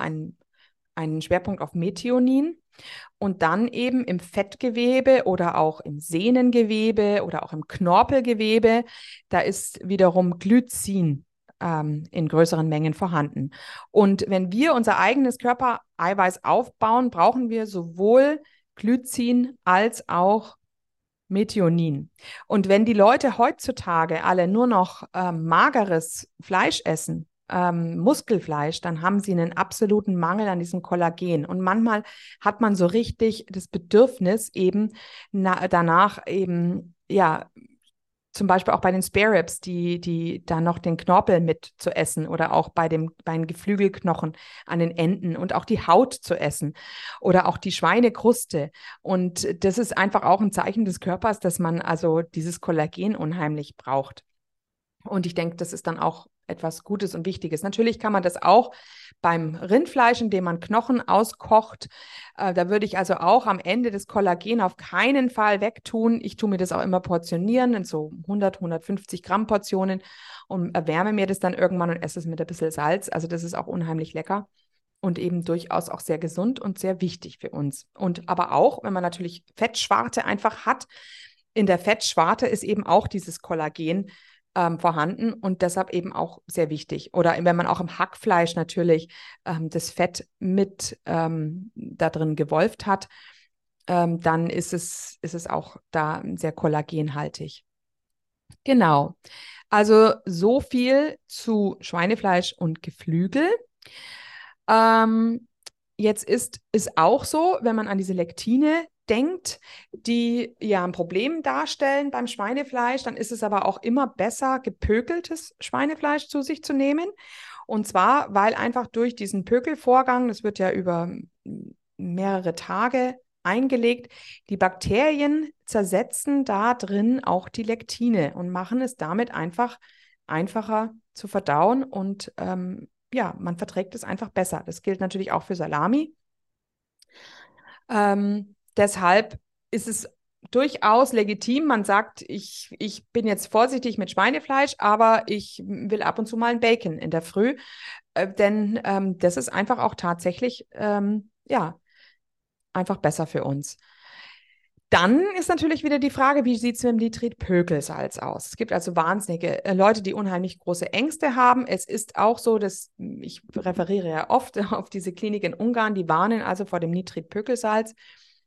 einen Schwerpunkt auf Methionin. Und dann eben im Fettgewebe oder auch im Sehnengewebe oder auch im Knorpelgewebe, da ist wiederum Glycin in größeren Mengen vorhanden. Und wenn wir unser eigenes Körpereiweiß aufbauen, brauchen wir sowohl Glycin als auch Methionin. Und wenn die Leute heutzutage alle nur noch mageres Fleisch essen, Muskelfleisch, dann haben sie einen absoluten Mangel an diesem Kollagen. Und manchmal hat man so richtig das Bedürfnis eben danach eben, ja, zum Beispiel auch bei den Spare Ribs, die da noch den Knorpel mit zu essen oder auch bei den Geflügelknochen an den Enden und auch die Haut zu essen oder auch die Schweinekruste. Und das ist einfach auch ein Zeichen des Körpers, dass man also dieses Kollagen unheimlich braucht. Und ich denke, das ist dann auch etwas Gutes und Wichtiges. Natürlich kann man das auch beim Rindfleisch, indem man Knochen auskocht. Da würde ich also auch am Ende das Kollagen auf keinen Fall wegtun. Ich tue mir das auch immer portionieren in so 100, 150 Gramm Portionen und erwärme mir das dann irgendwann und esse es mit ein bisschen Salz. Also das ist auch unheimlich lecker und eben durchaus auch sehr gesund und sehr wichtig für uns. Und aber auch, wenn man natürlich Fettschwarte einfach hat, in der Fettschwarte ist eben auch dieses Kollagen vorhanden und deshalb eben auch sehr wichtig. Oder wenn man auch im Hackfleisch natürlich das Fett mit da drin gewolft hat, dann ist es auch da sehr kollagenhaltig. Genau. Also so viel zu Schweinefleisch und Geflügel. Jetzt ist es auch so, wenn man an diese Lektine denkt, die ja ein Problem darstellen beim Schweinefleisch, dann ist es aber auch immer besser, gepökeltes Schweinefleisch zu sich zu nehmen. Und zwar, weil einfach durch diesen Pökelvorgang, das wird ja über mehrere Tage eingelegt, die Bakterien zersetzen da drin auch die Lektine und machen es damit einfach einfacher zu verdauen und ja, man verträgt es einfach besser. Das gilt natürlich auch für Salami. Deshalb ist es durchaus legitim. Man sagt, ich bin jetzt vorsichtig mit Schweinefleisch, aber ich will ab und zu mal ein Bacon in der Früh, denn das ist einfach auch tatsächlich ja, einfach besser für uns. Dann ist natürlich wieder die Frage, wie sieht es mit dem Nitrit-Pökelsalz aus? Es gibt also wahnsinnige Leute, die unheimlich große Ängste haben. Es ist auch so, dass ich referiere ja oft auf diese Klinik in Ungarn, die warnen also vor dem Nitrit-Pökelsalz.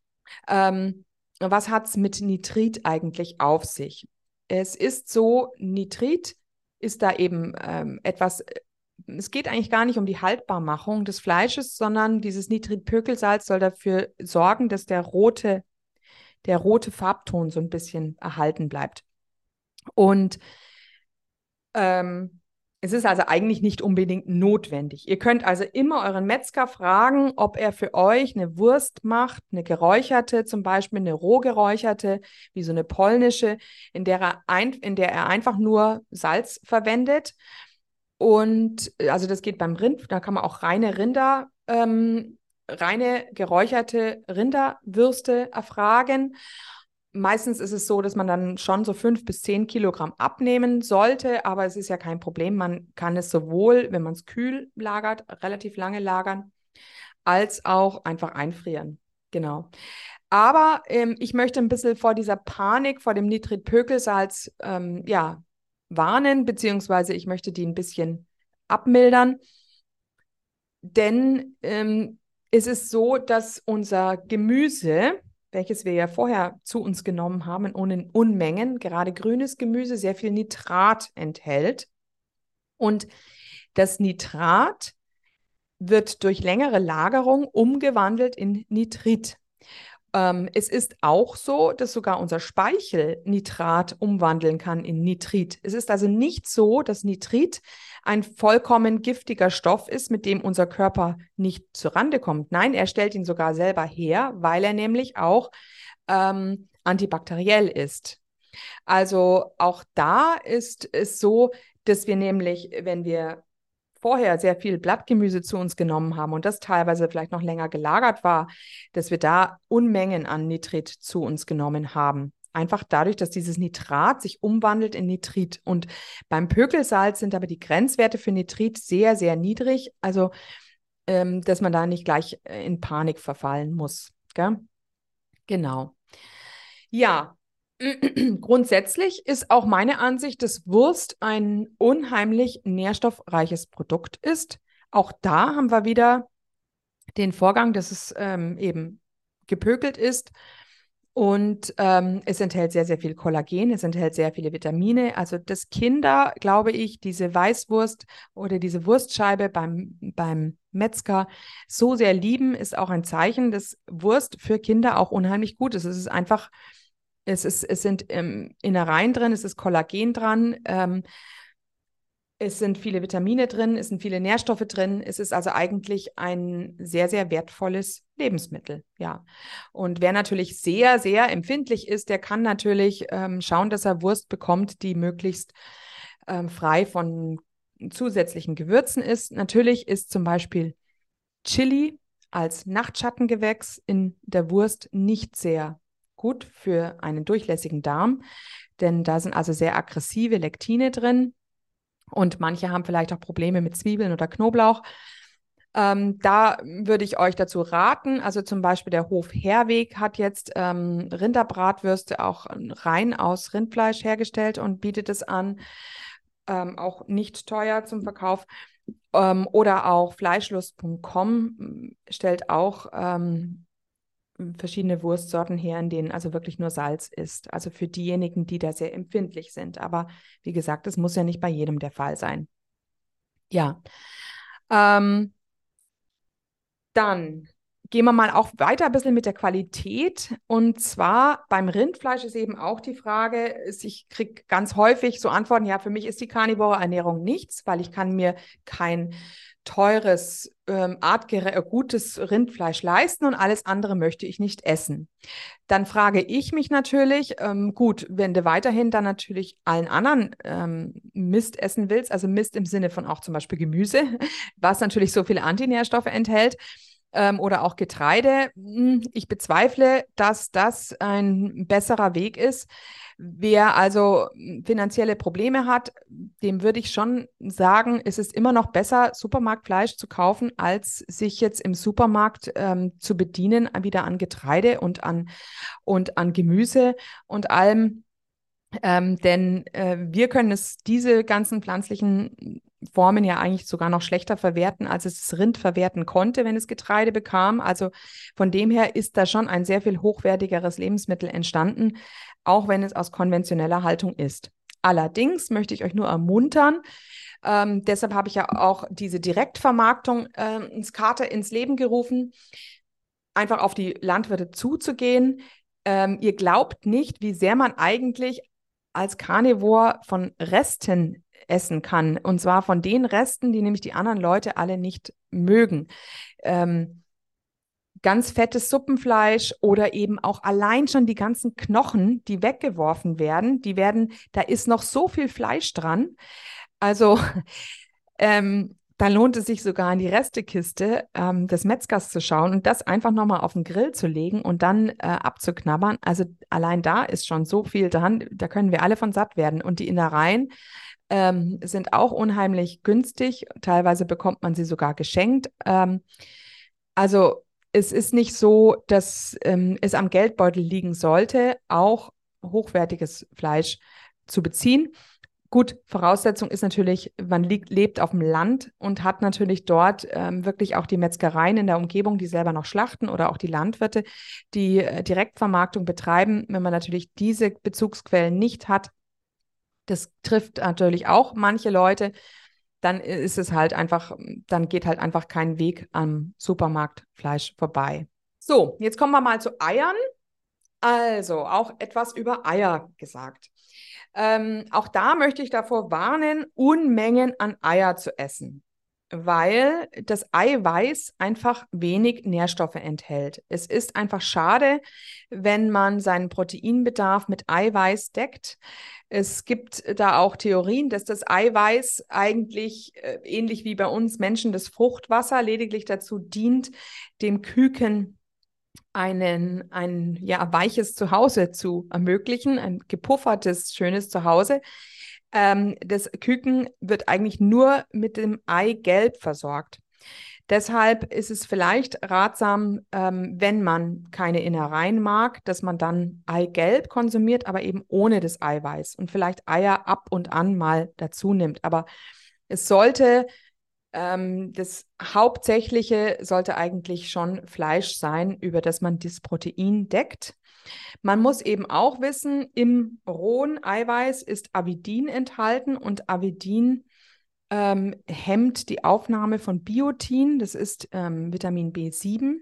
Was hat es mit Nitrit eigentlich auf sich? Es ist so, Nitrit ist da eben etwas, es geht eigentlich gar nicht um die Haltbarmachung des Fleisches, sondern dieses Nitrit-Pökelsalz soll dafür sorgen, dass der rote Farbton so ein bisschen erhalten bleibt. Und es Es ist also eigentlich nicht unbedingt notwendig. Ihr könnt also immer euren Metzger fragen, ob er für euch eine Wurst macht, eine geräucherte, zum Beispiel eine roh geräucherte, wie so eine polnische, in der er einfach nur Salz verwendet. Und also das geht beim Rind, da kann man auch reine geräucherte Rinderwürste erfragen. Meistens ist es so, dass man dann schon so 5 bis 10 Kilogramm abnehmen sollte, aber es ist ja kein Problem. Man kann es sowohl, wenn man es kühl lagert, relativ lange lagern, als auch einfach einfrieren. Genau. Aber ich möchte ein bisschen vor dieser Panik, vor dem Nitrit-Pökelsalz, warnen, beziehungsweise ich möchte die ein bisschen abmildern. Denn es ist so, dass unser Gemüse, welches wir ja vorher zu uns genommen haben, in Unmengen, gerade grünes Gemüse, sehr viel Nitrat enthält. Und das Nitrat wird durch längere Lagerung umgewandelt in Nitrit. Es ist auch so, dass sogar unser Speichel Nitrat umwandeln kann in Nitrit. Es ist also nicht so, dass Nitrit ein vollkommen giftiger Stoff ist, mit dem unser Körper nicht zurande kommt. Nein, er stellt ihn sogar selber her, weil er nämlich auch antibakteriell ist. Also auch da ist es so, dass wir nämlich, wenn wir vorher sehr viel Blattgemüse zu uns genommen haben und das teilweise vielleicht noch länger gelagert war, dass wir da Unmengen an Nitrit zu uns genommen haben. Einfach dadurch, dass dieses Nitrat sich umwandelt in Nitrit. Und beim Pökelsalz sind aber die Grenzwerte für Nitrit sehr, sehr niedrig. Also, dass man da nicht gleich in Panik verfallen muss. Gell? Genau. Ja, grundsätzlich ist auch meine Ansicht, dass Wurst ein unheimlich nährstoffreiches Produkt ist. Auch da haben wir wieder den Vorgang, dass es eben gepökelt ist. Und es enthält sehr, sehr viel Kollagen, es enthält sehr viele Vitamine. Also, dass Kinder, glaube ich, diese Weißwurst oder diese Wurstscheibe beim Metzger so sehr lieben, ist auch ein Zeichen, dass Wurst für Kinder auch unheimlich gut ist. Es ist einfach, es sind Innereien drin, es ist Kollagen dran, es sind viele Vitamine drin, es sind viele Nährstoffe drin. Es ist also eigentlich ein sehr, sehr wertvolles Lebensmittel. Ja. Und wer natürlich sehr, sehr empfindlich ist, der kann natürlich schauen, dass er Wurst bekommt, die möglichst frei von zusätzlichen Gewürzen ist. Natürlich ist zum Beispiel Chili als Nachtschattengewächs in der Wurst nicht sehr gut für einen durchlässigen Darm, denn da sind also sehr aggressive Lektine drin. Und manche haben vielleicht auch Probleme mit Zwiebeln oder Knoblauch. Da würde ich euch dazu raten, also zum Beispiel der Hof Herweg hat jetzt Rinderbratwürste auch rein aus Rindfleisch hergestellt und bietet es an, auch nicht teuer zum Verkauf. Oder auch fleischlust.com stellt auch verschiedene Wurstsorten her, in denen also wirklich nur Salz ist. Also für diejenigen, die da sehr empfindlich sind. Aber wie gesagt, das muss ja nicht bei jedem der Fall sein. Ja. Dann gehen wir mal auch weiter ein bisschen mit der Qualität. Und zwar beim Rindfleisch ist eben auch die Frage, ich kriege ganz häufig so Antworten, ja, für mich ist die karnivore Ernährung nichts, weil ich kann mir kein teures, gutes Rindfleisch leisten und alles andere möchte ich nicht essen. Dann frage ich mich natürlich, gut, wenn du weiterhin dann natürlich allen anderen Mist essen willst, also Mist im Sinne von auch zum Beispiel Gemüse, was natürlich so viele Antinährstoffe enthält, oder auch Getreide. Ich bezweifle, dass das ein besserer Weg ist. Wer also finanzielle Probleme hat, dem würde ich schon sagen, es ist immer noch besser, Supermarktfleisch zu kaufen, als sich jetzt im Supermarkt zu bedienen, wieder an Getreide und an Gemüse und allem. Denn wir können diese ganzen pflanzlichen Formen ja eigentlich sogar noch schlechter verwerten, als es das Rind verwerten konnte, wenn es Getreide bekam. Also von dem her ist da schon ein sehr viel hochwertigeres Lebensmittel entstanden, auch wenn es aus konventioneller Haltung ist. Allerdings möchte ich euch nur ermuntern, deshalb habe ich ja auch diese Direktvermarktung ins Leben gerufen, einfach auf die Landwirte zuzugehen. Ihr glaubt nicht, wie sehr man eigentlich als Carnivore von Resten essen kann. Und zwar von den Resten, die nämlich die anderen Leute alle nicht mögen. Ganz fettes Suppenfleisch oder eben auch allein schon die ganzen Knochen, die weggeworfen werden, da ist noch so viel Fleisch dran. Also da lohnt es sich sogar in die Restekiste des Metzgers zu schauen und das einfach nochmal auf den Grill zu legen und dann abzuknabbern. Also allein da ist schon so viel dran, da können wir alle von satt werden. Und die Innereien sind auch unheimlich günstig. Teilweise bekommt man sie sogar geschenkt. Also es ist nicht so, dass es am Geldbeutel liegen sollte, auch hochwertiges Fleisch zu beziehen. Gut, Voraussetzung ist natürlich, man lebt auf dem Land und hat natürlich dort wirklich auch die Metzgereien in der Umgebung, die selber noch schlachten oder auch die Landwirte, die Direktvermarktung betreiben. Wenn man natürlich diese Bezugsquellen nicht hat, das trifft natürlich auch manche Leute, dann ist es halt einfach, dann geht halt einfach kein Weg am Supermarktfleisch vorbei. So, jetzt kommen wir mal zu Eiern. Also, auch etwas über Eier gesagt. Auch da möchte ich davor warnen, Unmengen an Eier zu essen, weil das Eiweiß einfach wenig Nährstoffe enthält. Es ist einfach schade, wenn man seinen Proteinbedarf mit Eiweiß deckt. Es gibt da auch Theorien, dass das Eiweiß eigentlich ähnlich wie bei uns Menschen das Fruchtwasser lediglich dazu dient, dem Küken ein weiches Zuhause zu ermöglichen, ein gepuffertes, schönes Zuhause. Das Küken wird eigentlich nur mit dem Eigelb versorgt. Deshalb ist es vielleicht ratsam, wenn man keine Innereien mag, dass man dann Eigelb konsumiert, aber eben ohne das Eiweiß und vielleicht Eier ab und an mal dazu nimmt. Aber es sollte das Hauptsächliche sollte eigentlich schon Fleisch sein, über das man das Protein deckt. Man muss eben auch wissen, im rohen Eiweiß ist Avidin enthalten und Avidin hemmt die Aufnahme von Biotin, das ist Vitamin B7.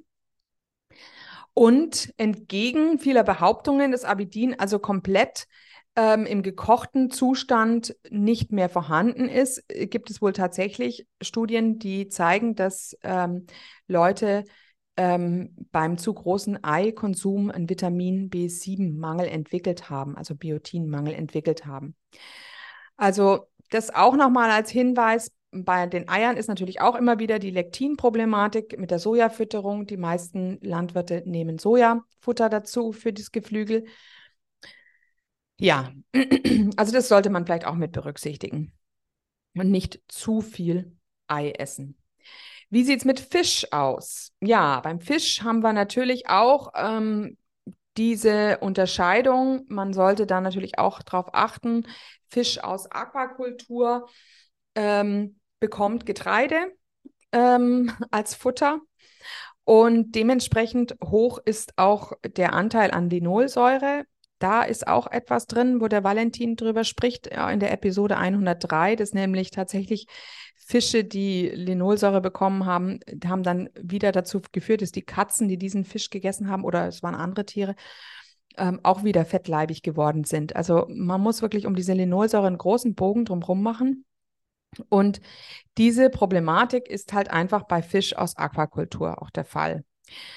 Und entgegen vieler Behauptungen, dass Avidin also komplett im gekochten Zustand nicht mehr vorhanden ist, gibt es wohl tatsächlich Studien, die zeigen, dass Leute beim zu großen Eikonsum einen Vitamin B7-Mangel entwickelt haben, also Biotinmangel entwickelt haben. Also das auch nochmal als Hinweis. Bei den Eiern ist natürlich auch immer wieder die Lektinproblematik mit der Sojafütterung. Die meisten Landwirte nehmen Sojafutter dazu für das Geflügel. Ja, also das sollte man vielleicht auch mit berücksichtigen und nicht zu viel Ei essen. Wie sieht es mit Fisch aus? Ja, beim Fisch haben wir natürlich auch diese Unterscheidung. Man sollte da natürlich auch darauf achten, Fisch aus Aquakultur bekommt Getreide als Futter. Und dementsprechend hoch ist auch der Anteil an Linolsäure. Da ist auch etwas drin, wo der Valentin drüber spricht, in der Episode 103, dass nämlich tatsächlich Fische, die Linolsäure bekommen haben, haben dann wieder dazu geführt, dass die Katzen, die diesen Fisch gegessen haben, oder es waren andere Tiere, auch wieder fettleibig geworden sind. Also man muss wirklich um diese Linolsäure einen großen Bogen drumherum machen. Und diese Problematik ist halt einfach bei Fisch aus Aquakultur auch der Fall.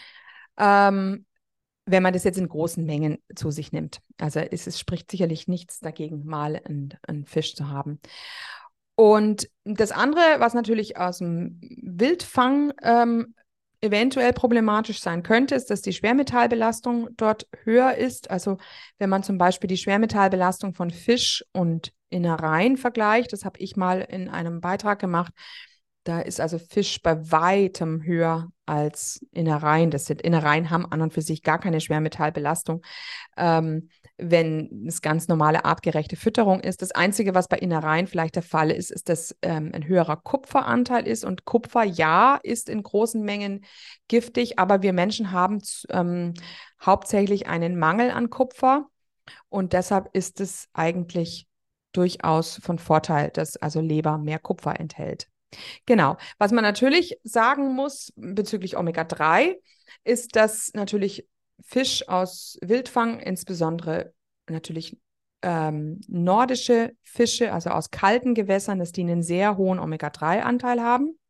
Wenn man das jetzt in großen Mengen zu sich nimmt. Also es spricht sicherlich nichts dagegen, mal einen Fisch zu haben. Und das andere, was natürlich aus dem Wildfang eventuell problematisch sein könnte, ist, dass die Schwermetallbelastung dort höher ist. Also wenn man zum Beispiel die Schwermetallbelastung von Fisch und Innereien vergleicht, das habe ich mal in einem Beitrag gemacht, da ist also Fisch bei weitem höher als Innereien. Innereien haben an und für sich gar keine Schwermetallbelastung, wenn es ganz normale artgerechte Fütterung ist. Das Einzige, was bei Innereien vielleicht der Fall ist, ist, dass ein höherer Kupferanteil ist. Und Kupfer, ja, ist in großen Mengen giftig, aber wir Menschen haben hauptsächlich einen Mangel an Kupfer. Und deshalb ist es eigentlich durchaus von Vorteil, dass also Leber mehr Kupfer enthält. Genau. Was man natürlich sagen muss bezüglich Omega-3, ist, dass natürlich Fisch aus Wildfang, insbesondere natürlich nordische Fische, also aus kalten Gewässern, dass die einen sehr hohen Omega-3-Anteil haben.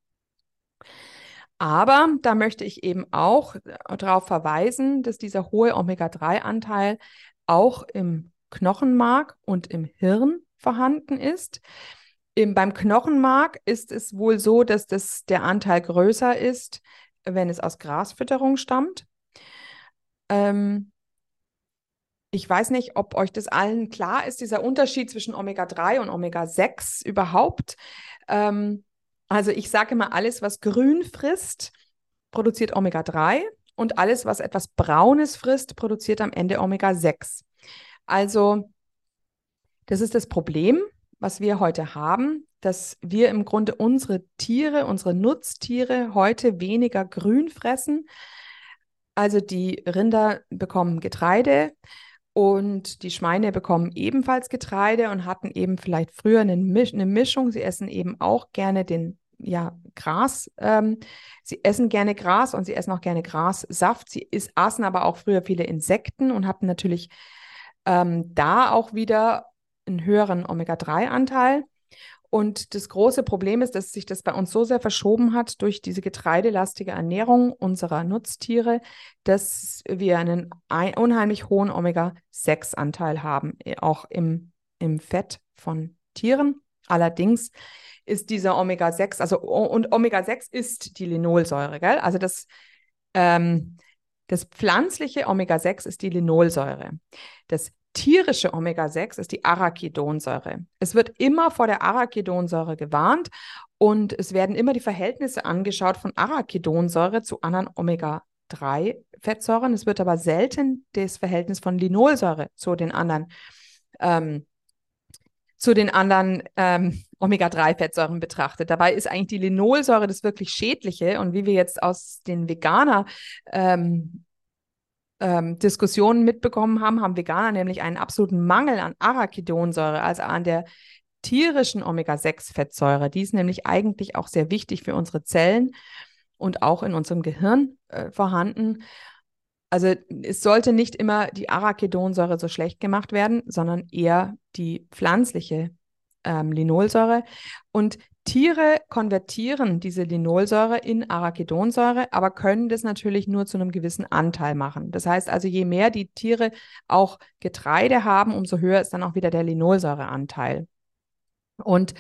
Aber da möchte ich eben auch darauf verweisen, dass dieser hohe Omega-3-Anteil auch im Knochenmark und im Hirn vorhanden ist. Beim Knochenmark ist es wohl so, dass der Anteil größer ist, wenn es aus Grasfütterung stammt. Ich weiß nicht, ob euch das allen klar ist, dieser Unterschied zwischen Omega-3 und Omega-6 überhaupt. Also ich sage immer, alles, was grün frisst, produziert Omega-3 und alles, was etwas Braunes frisst, produziert am Ende Omega-6. Also das ist das Problem, was wir heute haben, dass wir im Grunde unsere Tiere, unsere Nutztiere heute weniger grün fressen. Also die Rinder bekommen Getreide und die Schweine bekommen ebenfalls Getreide und hatten eben vielleicht früher eine Mischung. Sie essen eben auch gerne Gras. Sie essen gerne Gras und sie essen auch gerne Grassaft. Sie aßen aber auch früher viele Insekten und hatten natürlich da auch wieder einen höheren Omega-3-Anteil. Und das große Problem ist, dass sich das bei uns so sehr verschoben hat durch diese getreidelastige Ernährung unserer Nutztiere, dass wir einen unheimlich hohen Omega-6-Anteil haben, auch im Fett von Tieren. Allerdings ist dieser Omega-6, und Omega-6 ist die Linolsäure, gell? Also das pflanzliche Omega-6 ist die Linolsäure. Das tierische Omega-6 ist die Arachidonsäure. Es wird immer vor der Arachidonsäure gewarnt und es werden immer die Verhältnisse angeschaut von Arachidonsäure zu anderen Omega-3-Fettsäuren. Es wird aber selten das Verhältnis von Linolsäure zu den anderen Omega-3-Fettsäuren betrachtet. Dabei ist eigentlich die Linolsäure das wirklich Schädliche und wie wir jetzt aus den Diskussionen mitbekommen haben, haben Veganer nämlich einen absoluten Mangel an Arachidonsäure, also an der tierischen Omega-6-Fettsäure. Die ist nämlich eigentlich auch sehr wichtig für unsere Zellen und auch in unserem Gehirn vorhanden. Also es sollte nicht immer die Arachidonsäure so schlecht gemacht werden, sondern eher die pflanzliche Linolsäure. Und Tiere konvertieren diese Linolsäure in Arachidonsäure, aber können das natürlich nur zu einem gewissen Anteil machen. Das heißt also, je mehr die Tiere auch Getreide haben, umso höher ist dann auch wieder der Linolsäureanteil. Und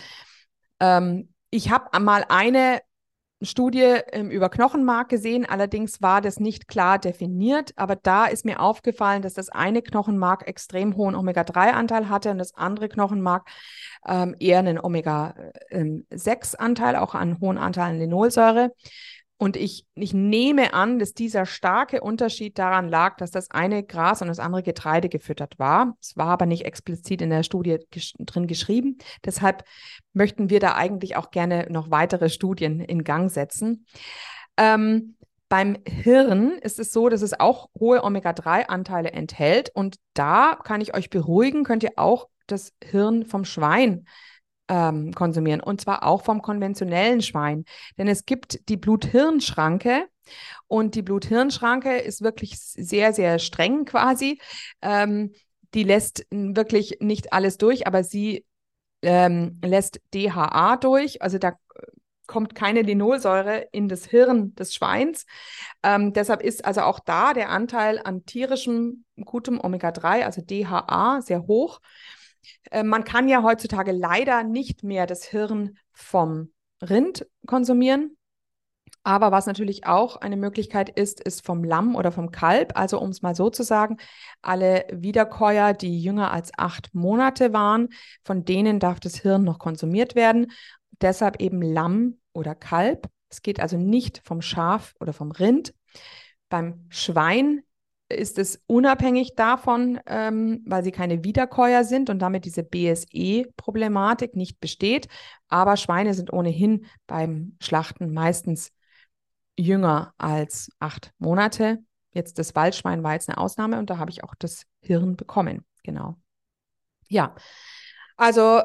ich habe mal eine Studie über Knochenmark gesehen, allerdings war das nicht klar definiert, aber da ist mir aufgefallen, dass das eine Knochenmark extrem hohen Omega-3-Anteil hatte und das andere Knochenmark eher einen Omega-6-Anteil, auch einen hohen Anteil an Linolsäure. Und ich nehme an, dass dieser starke Unterschied daran lag, dass das eine Gras und das andere Getreide gefüttert war. Es war aber nicht explizit in der Studie drin geschrieben. Deshalb möchten wir da eigentlich auch gerne noch weitere Studien in Gang setzen. Beim Hirn ist es so, dass es auch hohe Omega-3-Anteile enthält. Und da kann ich euch beruhigen, könnt ihr auch das Hirn vom Schwein konsumieren und zwar auch vom konventionellen Schwein. Denn es gibt die Blut-Hirn-Schranke und die Blut-Hirn-Schranke ist wirklich sehr, sehr streng quasi. Die lässt wirklich nicht alles durch, aber sie lässt DHA durch, also da kommt keine Linolsäure in das Hirn des Schweins. Deshalb ist also auch da der Anteil an tierischem gutem Omega-3, also DHA, sehr hoch. Man kann ja heutzutage leider nicht mehr das Hirn vom Rind konsumieren. Aber was natürlich auch eine Möglichkeit ist, ist vom Lamm oder vom Kalb. Also um es mal so zu sagen, alle Wiederkäuer, die jünger als 8 Monate waren, von denen darf das Hirn noch konsumiert werden. Deshalb eben Lamm oder Kalb. Es geht also nicht vom Schaf oder vom Rind. Beim Schwein ist es unabhängig davon, weil sie keine Wiederkäuer sind und damit diese BSE-Problematik nicht besteht. Aber Schweine sind ohnehin beim Schlachten meistens jünger als 8 Monate. Jetzt das Waldschwein war jetzt eine Ausnahme und da habe ich auch das Hirn bekommen. Genau. Ja, also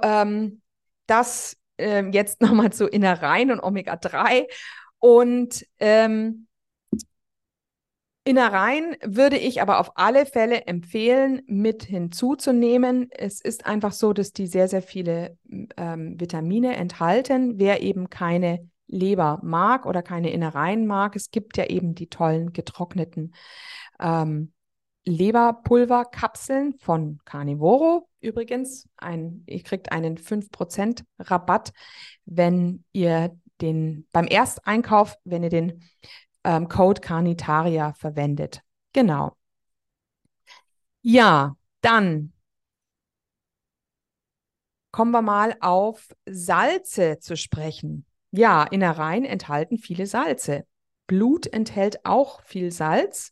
das jetzt nochmal zu Innereien und Omega-3 und Innereien würde ich aber auf alle Fälle empfehlen, mit hinzuzunehmen. Es ist einfach so, dass die sehr, sehr viele Vitamine enthalten. Wer eben keine Leber mag oder keine Innereien mag, es gibt ja eben die tollen getrockneten Leberpulverkapseln von Carnivoro. Übrigens, ihr kriegt einen 5% Rabatt, wenn ihr beim Ersteinkauf, wenn ihr den Code Carnitaria verwendet. Genau. Ja, dann kommen wir mal auf Salze zu sprechen. Ja, Innereien enthalten viele Salze. Blut enthält auch viel Salz.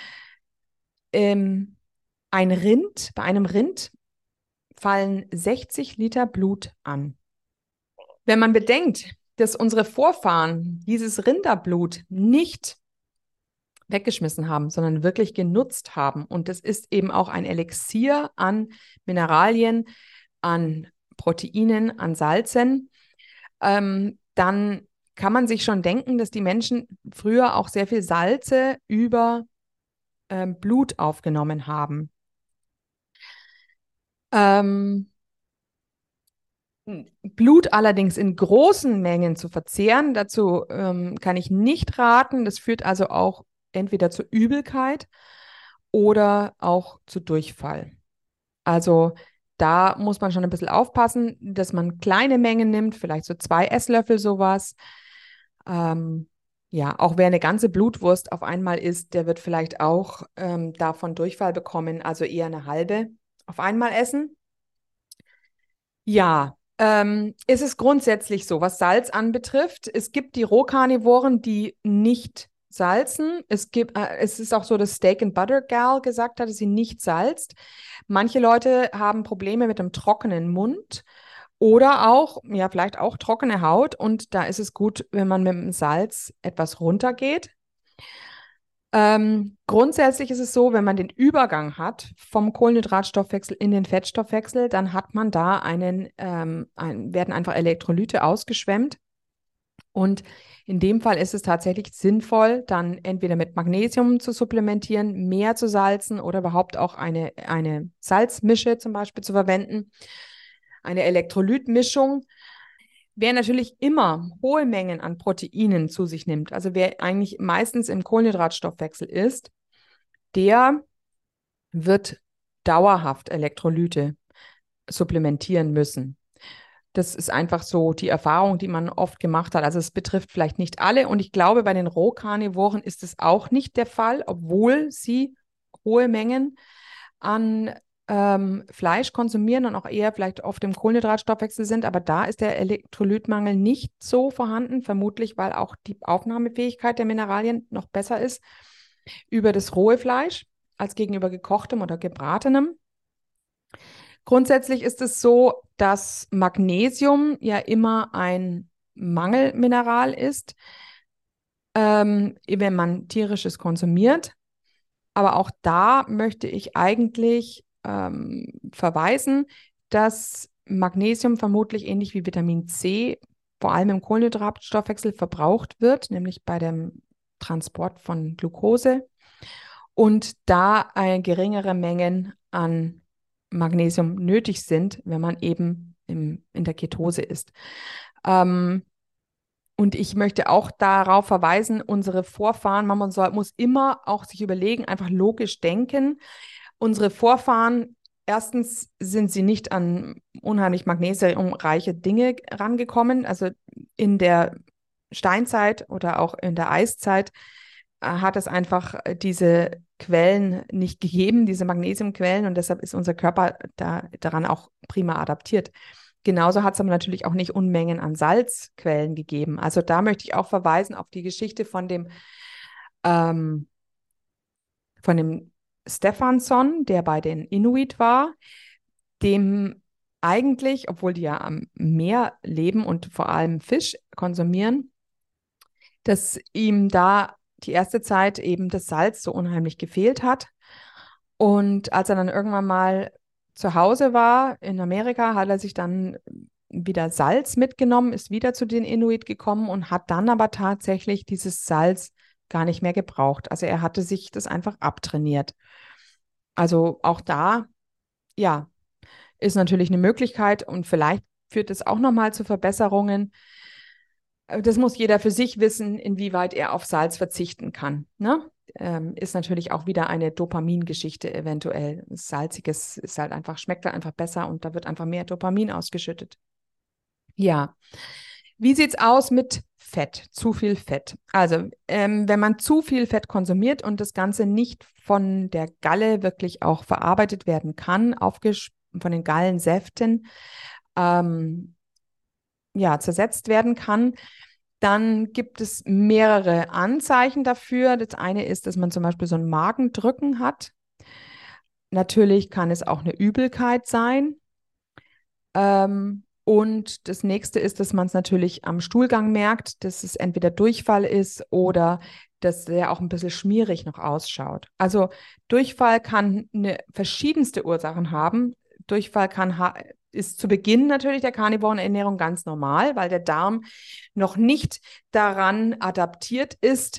Bei einem Rind fallen 60 Liter Blut an. Wenn man bedenkt, dass unsere Vorfahren dieses Rinderblut nicht weggeschmissen haben, sondern wirklich genutzt haben. Und das ist eben auch ein Elixier an Mineralien, an Proteinen, an Salzen. Dann kann man sich schon denken, dass die Menschen früher auch sehr viel Salze über Blut aufgenommen haben. Blut allerdings in großen Mengen zu verzehren, dazu kann ich nicht raten. Das führt also auch entweder zu Übelkeit oder auch zu Durchfall. Also da muss man schon ein bisschen aufpassen, dass man kleine Mengen nimmt, vielleicht so 2 Esslöffel sowas. Ja, auch wer eine ganze Blutwurst auf einmal isst, der wird vielleicht auch davon Durchfall bekommen, also eher eine halbe auf einmal essen. Ja, ist es grundsätzlich so, was Salz anbetrifft. Es gibt die Rohkarnivoren, die nicht salzen. Es ist auch so, dass Steak and Butter Gal gesagt hat, dass sie nicht salzt. Manche Leute haben Probleme mit einem trockenen Mund oder auch, ja, vielleicht auch trockene Haut. Und da ist es gut, wenn man mit dem Salz etwas runtergeht. Grundsätzlich ist es so, wenn man den Übergang hat vom Kohlenhydratstoffwechsel in den Fettstoffwechsel, dann hat man da werden einfach Elektrolyte ausgeschwemmt. Und in dem Fall ist es tatsächlich sinnvoll, dann entweder mit Magnesium zu supplementieren, mehr zu salzen oder überhaupt auch eine Salzmische zum Beispiel zu verwenden, eine Elektrolytmischung. Wer natürlich immer hohe Mengen an Proteinen zu sich nimmt, also wer eigentlich meistens im Kohlenhydratstoffwechsel ist, der wird dauerhaft Elektrolyte supplementieren müssen. Das ist einfach so die Erfahrung, die man oft gemacht hat. Also es betrifft vielleicht nicht alle und ich glaube, bei den Rohkarnivoren ist es auch nicht der Fall, obwohl sie hohe Mengen an Fleisch konsumieren und auch eher vielleicht oft im Kohlenhydratstoffwechsel sind, aber da ist der Elektrolytmangel nicht so vorhanden, vermutlich weil auch die Aufnahmefähigkeit der Mineralien noch besser ist über das rohe Fleisch als gegenüber gekochtem oder gebratenem. Grundsätzlich ist es so, dass Magnesium ja immer ein Mangelmineral ist, wenn man tierisches konsumiert. Aber auch da möchte ich eigentlich verweisen, dass Magnesium vermutlich ähnlich wie Vitamin C vor allem im Kohlenhydratstoffwechsel verbraucht wird, nämlich bei dem Transport von Glucose und da geringere Mengen an Magnesium nötig sind, wenn man eben in der Ketose ist. Und ich möchte auch darauf verweisen, unsere Vorfahren, muss immer auch sich überlegen, einfach logisch denken. Unsere Vorfahren, erstens sind sie nicht an unheimlich magnesiumreiche Dinge rangekommen. Also in der Steinzeit oder auch in der Eiszeit hat es einfach diese Quellen nicht gegeben, diese Magnesiumquellen, und deshalb ist unser Körper daran auch prima adaptiert. Genauso hat es aber natürlich auch nicht Unmengen an Salzquellen gegeben. Also da möchte ich auch verweisen auf die Geschichte von dem Stefansson, der bei den Inuit war, dem eigentlich, obwohl die ja am Meer leben und vor allem Fisch konsumieren, dass ihm da die erste Zeit eben das Salz so unheimlich gefehlt hat. Und als er dann irgendwann mal zu Hause war in Amerika, hat er sich dann wieder Salz mitgenommen, ist wieder zu den Inuit gekommen und hat dann aber tatsächlich dieses Salz gar nicht mehr gebraucht. Also er hatte sich das einfach abtrainiert. Also auch da, ja, ist natürlich eine Möglichkeit und vielleicht führt es auch nochmal zu Verbesserungen. Das muss jeder für sich wissen, inwieweit er auf Salz verzichten kann. Ne? Ist natürlich auch wieder eine Dopamingeschichte eventuell. Salziges ist halt einfach, schmeckt halt einfach besser und da wird einfach mehr Dopamin ausgeschüttet. Ja. Wie sieht's aus mit Fett? Zu viel Fett. Also, wenn man zu viel Fett konsumiert und das Ganze nicht von der Galle wirklich auch verarbeitet werden kann, von den Gallensäften, ja, zersetzt werden kann, dann gibt es mehrere Anzeichen dafür. Das eine ist, dass man zum Beispiel so ein Magendrücken hat. Natürlich kann es auch eine Übelkeit sein. Und das nächste ist, dass man es natürlich am Stuhlgang merkt, dass es entweder Durchfall ist oder dass der auch ein bisschen schmierig noch ausschaut. Also Durchfall kann verschiedenste Ursachen haben. Durchfall ist zu Beginn natürlich der karnivoren Ernährung ganz normal, weil der Darm noch nicht daran adaptiert ist,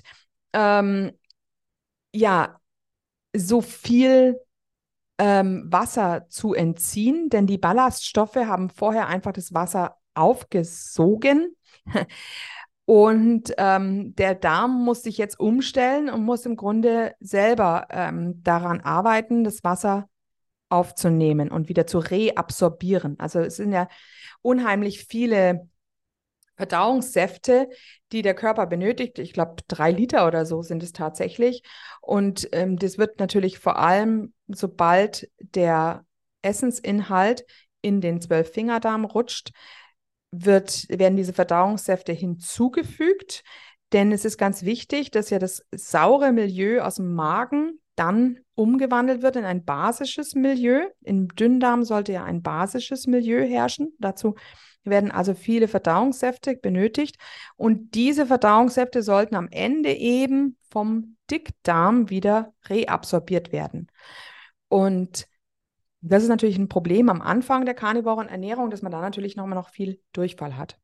ja, so viel Wasser zu entziehen, denn die Ballaststoffe haben vorher einfach das Wasser aufgesogen. Und der Darm muss sich jetzt umstellen und muss im Grunde selber daran arbeiten, das Wasser aufzunehmen und wieder zu reabsorbieren. Also es sind ja unheimlich viele Verdauungssäfte, die der Körper benötigt. Ich glaube, 3 Liter oder so sind es tatsächlich. Und das wird natürlich vor allem, sobald der Essensinhalt in den Zwölffingerdarm rutscht, werden diese Verdauungssäfte hinzugefügt. Denn es ist ganz wichtig, dass ja das saure Milieu aus dem Magen dann umgewandelt wird in ein basisches Milieu. Im Dünndarm sollte ja ein basisches Milieu herrschen. Dazu werden also viele Verdauungssäfte benötigt. Und diese Verdauungssäfte sollten am Ende eben vom Dickdarm wieder reabsorbiert werden. Und das ist natürlich ein Problem am Anfang der karnivoren Ernährung, dass man da natürlich noch viel Durchfall hat.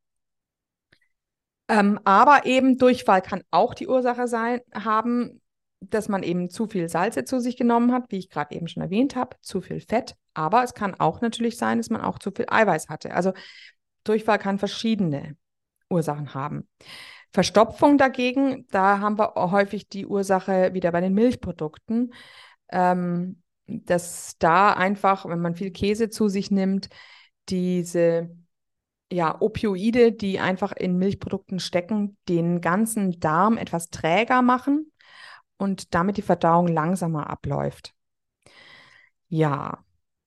Aber eben Durchfall kann auch die Ursache haben, dass man eben zu viel Salze zu sich genommen hat, wie ich gerade eben schon erwähnt habe, zu viel Fett. Aber es kann auch natürlich sein, dass man auch zu viel Eiweiß hatte. Also Durchfall kann verschiedene Ursachen haben. Verstopfung dagegen, da haben wir häufig die Ursache wieder bei den Milchprodukten, dass da einfach, wenn man viel Käse zu sich nimmt, diese Opioide, die einfach in Milchprodukten stecken, den ganzen Darm etwas träger machen und damit die Verdauung langsamer abläuft. Ja.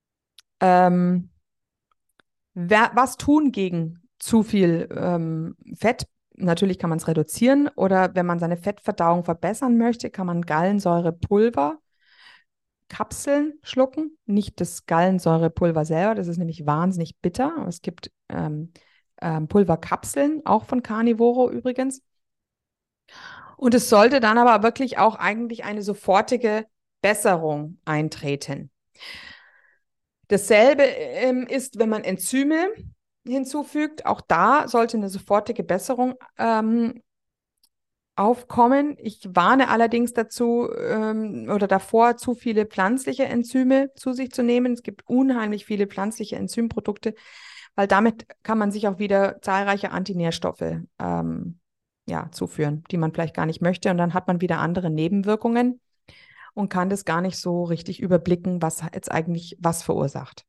Was tun gegen zu viel Fett? Natürlich kann man es reduzieren oder wenn man seine Fettverdauung verbessern möchte, kann man Gallensäurepulver Kapseln schlucken, nicht das Gallensäurepulver selber, das ist nämlich wahnsinnig bitter. Aber es gibt Pulverkapseln, auch von Carnivoro übrigens. Und es sollte dann aber wirklich auch eigentlich eine sofortige Besserung eintreten. Dasselbe ist, wenn man Enzyme hinzufügt. Auch da sollte eine sofortige Besserung aufkommen. Ich warne allerdings dazu oder davor, zu viele pflanzliche Enzyme zu sich zu nehmen. Es gibt unheimlich viele pflanzliche Enzymprodukte, weil damit kann man sich auch wieder zahlreiche Antinährstoffe zuführen, die man vielleicht gar nicht möchte. Und dann hat man wieder andere Nebenwirkungen und kann das gar nicht so richtig überblicken, was jetzt eigentlich was verursacht.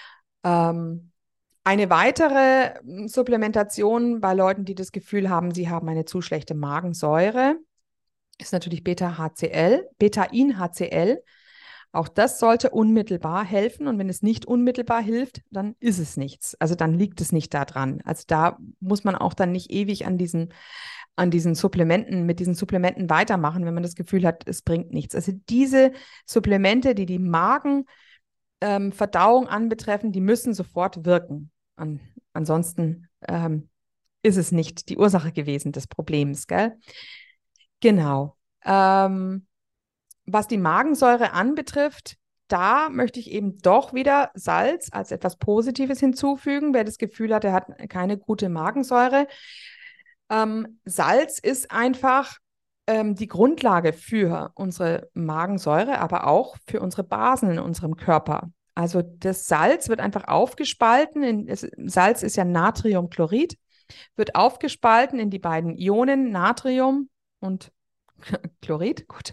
Eine weitere Supplementation bei Leuten, die das Gefühl haben, sie haben eine zu schlechte Magensäure, ist natürlich Betain-HCl. Auch das sollte unmittelbar helfen. Und wenn es nicht unmittelbar hilft, dann ist es nichts. Also dann liegt es nicht daran. Also da muss man auch dann nicht ewig mit diesen Supplementen weitermachen, wenn man das Gefühl hat, es bringt nichts. Also diese Supplemente, die die Magenverdauung anbetreffen, die müssen sofort wirken. Ansonsten ist es nicht die Ursache gewesen des Problems, gell? Genau. Was die Magensäure anbetrifft, da möchte ich eben doch wieder Salz als etwas Positives hinzufügen. Wer das Gefühl hat, er hat keine gute Magensäure. Salz ist einfach die Grundlage für unsere Magensäure, aber auch für unsere Basen in unserem Körper. Also das Salz wird einfach aufgespalten. Salz ist ja Natriumchlorid, wird aufgespalten in die beiden Ionen Natrium und Chlorid. Gut.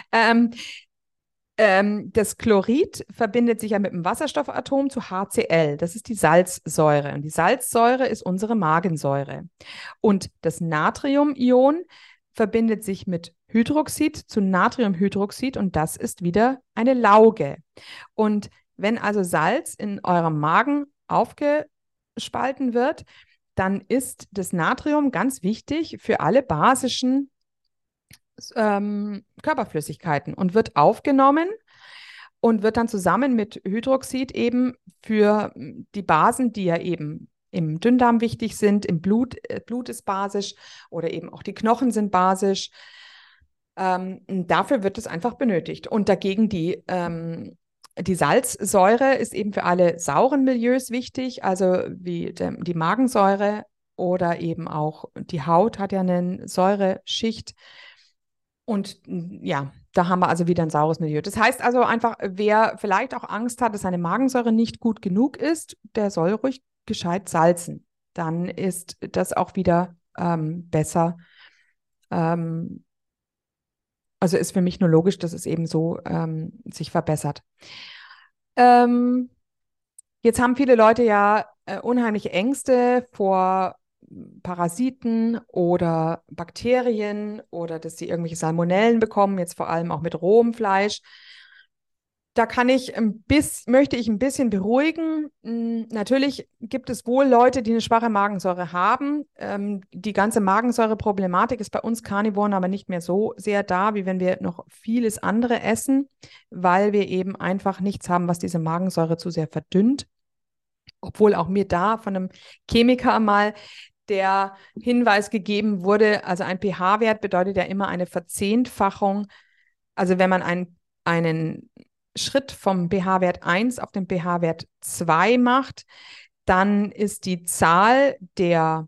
Das Chlorid verbindet sich ja mit dem Wasserstoffatom zu HCl. Das ist die Salzsäure. Und die Salzsäure ist unsere Magensäure. Und das Natriumion verbindet sich mit Hydroxid zu Natriumhydroxid und das ist wieder eine Lauge. Und wenn also Salz in eurem Magen aufgespalten wird, dann ist das Natrium ganz wichtig für alle basischen Körperflüssigkeiten und wird aufgenommen und wird dann zusammen mit Hydroxid eben für die Basen, die ja eben im Dünndarm wichtig sind, im Blut, Blut ist basisch oder eben auch die Knochen sind basisch. Dafür wird es einfach benötigt. Und dagegen die Salzsäure ist eben für alle sauren Milieus wichtig, also wie die Magensäure oder eben auch die Haut hat ja eine Säureschicht. Und ja, da haben wir also wieder ein saures Milieu. Das heißt also einfach, wer vielleicht auch Angst hat, dass seine Magensäure nicht gut genug ist, der soll ruhig gescheit salzen. Dann ist das auch wieder besser. Also ist für mich nur logisch, dass es eben so sich verbessert. Jetzt haben viele Leute ja unheimliche Ängste vor Parasiten oder Bakterien oder dass sie irgendwelche Salmonellen bekommen, jetzt vor allem auch mit rohem Fleisch. Da möchte ich ein bisschen beruhigen. Natürlich gibt es wohl Leute, die eine schwache Magensäure haben. Die ganze Magensäure-Problematik ist bei uns Karnivoren aber nicht mehr so sehr da, wie wenn wir noch vieles andere essen, weil wir eben einfach nichts haben, was diese Magensäure zu sehr verdünnt. Obwohl auch mir da von einem Chemiker mal der Hinweis gegeben wurde, also ein pH-Wert bedeutet ja immer eine Verzehnfachung. Also wenn man einen Schritt vom pH-Wert 1 auf den pH-Wert 2 macht, dann ist die Zahl der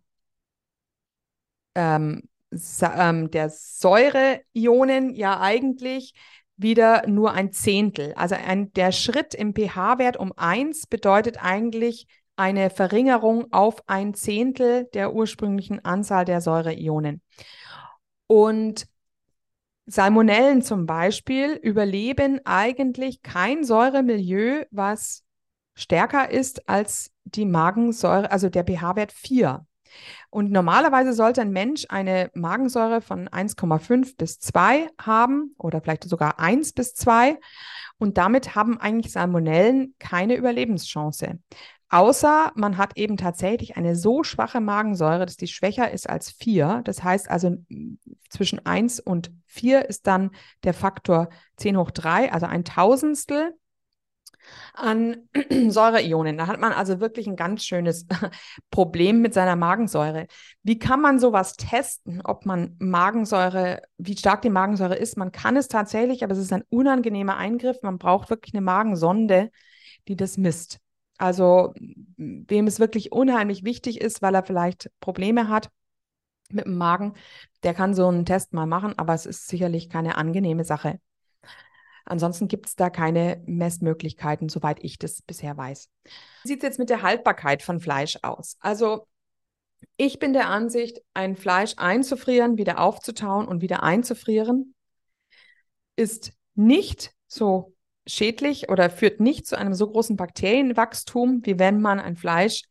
Säureionen ja eigentlich wieder nur ein Zehntel. Also der Schritt im pH-Wert um 1 bedeutet eigentlich eine Verringerung auf ein Zehntel der ursprünglichen Anzahl der Säureionen. Und Salmonellen zum Beispiel überleben eigentlich kein Säuremilieu, was stärker ist als die Magensäure, also der pH-Wert 4. Und normalerweise sollte ein Mensch eine Magensäure von 1,5 bis 2 haben oder vielleicht sogar 1 bis 2. Und damit haben eigentlich Salmonellen keine Überlebenschance. Außer man hat eben tatsächlich eine so schwache Magensäure, dass die schwächer ist als 4. Das heißt also, zwischen 1 und 4 ist dann der Faktor 10 hoch 3, also ein Tausendstel an Säureionen. Da hat man also wirklich ein ganz schönes Problem mit seiner Magensäure. Wie kann man sowas testen, ob man Magensäure, wie stark die Magensäure ist? Man kann es tatsächlich, aber es ist ein unangenehmer Eingriff. Man braucht wirklich eine Magensonde, die das misst. Also wem es wirklich unheimlich wichtig ist, weil er vielleicht Probleme hat mit dem Magen, der kann so einen Test mal machen, aber es ist sicherlich keine angenehme Sache. Ansonsten gibt es da keine Messmöglichkeiten, soweit ich das bisher weiß. Wie sieht es jetzt mit der Haltbarkeit von Fleisch aus? Also ich bin der Ansicht, ein Fleisch einzufrieren, wieder aufzutauen und wieder einzufrieren, ist nicht so schädlich oder führt nicht zu einem so großen Bakterienwachstum, wie wenn man ein Fleisch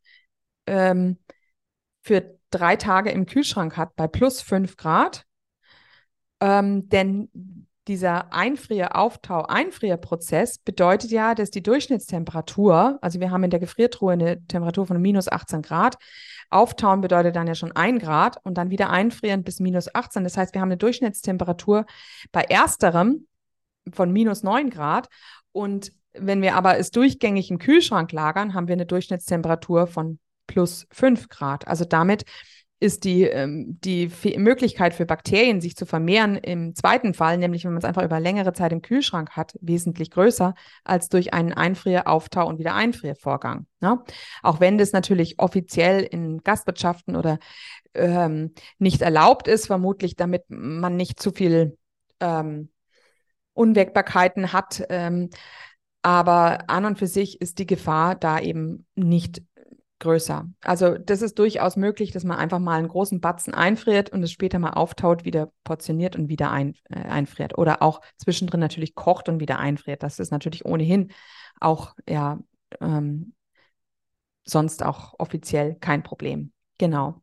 für 3 Tage im Kühlschrank hat bei plus 5 Grad. Denn dieser Einfrierprozess bedeutet ja, dass die Durchschnittstemperatur, also wir haben in der Gefriertruhe eine Temperatur von minus 18 Grad, auftauen bedeutet dann ja schon 1 Grad und dann wieder einfrieren bis minus 18. Das heißt, wir haben eine Durchschnittstemperatur bei ersterem von minus 9 Grad und wenn wir aber es durchgängig im Kühlschrank lagern, haben wir eine Durchschnittstemperatur von plus 5 Grad. Also damit ist die Möglichkeit für Bakterien, sich zu vermehren im zweiten Fall, nämlich wenn man es einfach über längere Zeit im Kühlschrank hat, wesentlich größer als durch einen Einfrier-, und Wiedereinfriervorgang. Ne? Auch wenn das natürlich offiziell in Gastwirtschaften oder nicht erlaubt ist, vermutlich damit man nicht zu viel Unwägbarkeiten hat. Aber an und für sich ist die Gefahr da eben nicht größer. Also das ist durchaus möglich, dass man einfach mal einen großen Batzen einfriert und es später mal auftaut, wieder portioniert und wieder einfriert. Oder auch zwischendrin natürlich kocht und wieder einfriert. Das ist natürlich ohnehin auch sonst auch offiziell kein Problem. Genau.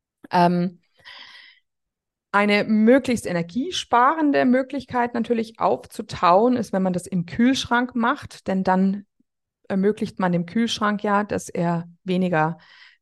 Eine möglichst energiesparende Möglichkeit natürlich aufzutauen ist, wenn man das im Kühlschrank macht, denn dann ermöglicht man dem Kühlschrank ja, dass er weniger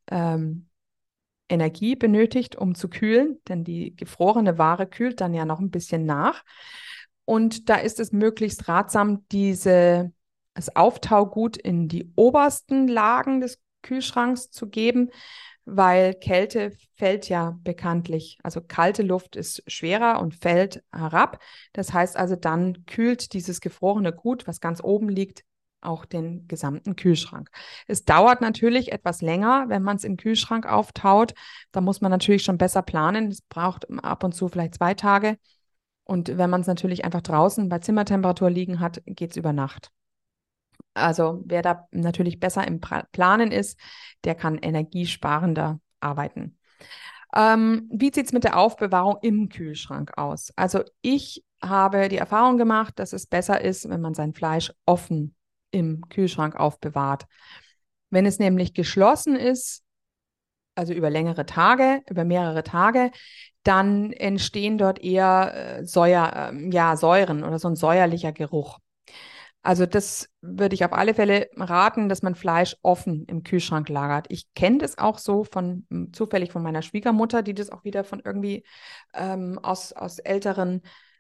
Energie benötigt, um zu kühlen, denn die gefrorene Ware kühlt dann ja noch ein bisschen nach. Und da ist es möglichst ratsam, das Auftaugut in die obersten Lagen des Kühlschranks zu geben, weil Kälte fällt ja bekanntlich, also kalte Luft ist schwerer und fällt herab. Das heißt also, dann kühlt dieses gefrorene Gut, was ganz oben liegt, auch den gesamten Kühlschrank. Es dauert natürlich etwas länger, wenn man es im Kühlschrank auftaut. Da muss man natürlich schon besser planen. Es braucht ab und zu vielleicht 2 Tage. Und wenn man es natürlich einfach draußen bei Zimmertemperatur liegen hat, geht es über Nacht. Also wer da natürlich besser im Planen ist, der kann energiesparender arbeiten. Wie sieht es mit der Aufbewahrung im Kühlschrank aus? Also ich habe die Erfahrung gemacht, dass es besser ist, wenn man sein Fleisch offen im Kühlschrank aufbewahrt. Wenn es nämlich geschlossen ist, also über mehrere Tage, dann entstehen dort eher Säuren oder so ein säuerlicher Geruch. Also das würde ich auf alle Fälle raten, dass man Fleisch offen im Kühlschrank lagert. Ich kenne das auch so zufällig von meiner Schwiegermutter, die das auch wieder von irgendwie aus älterem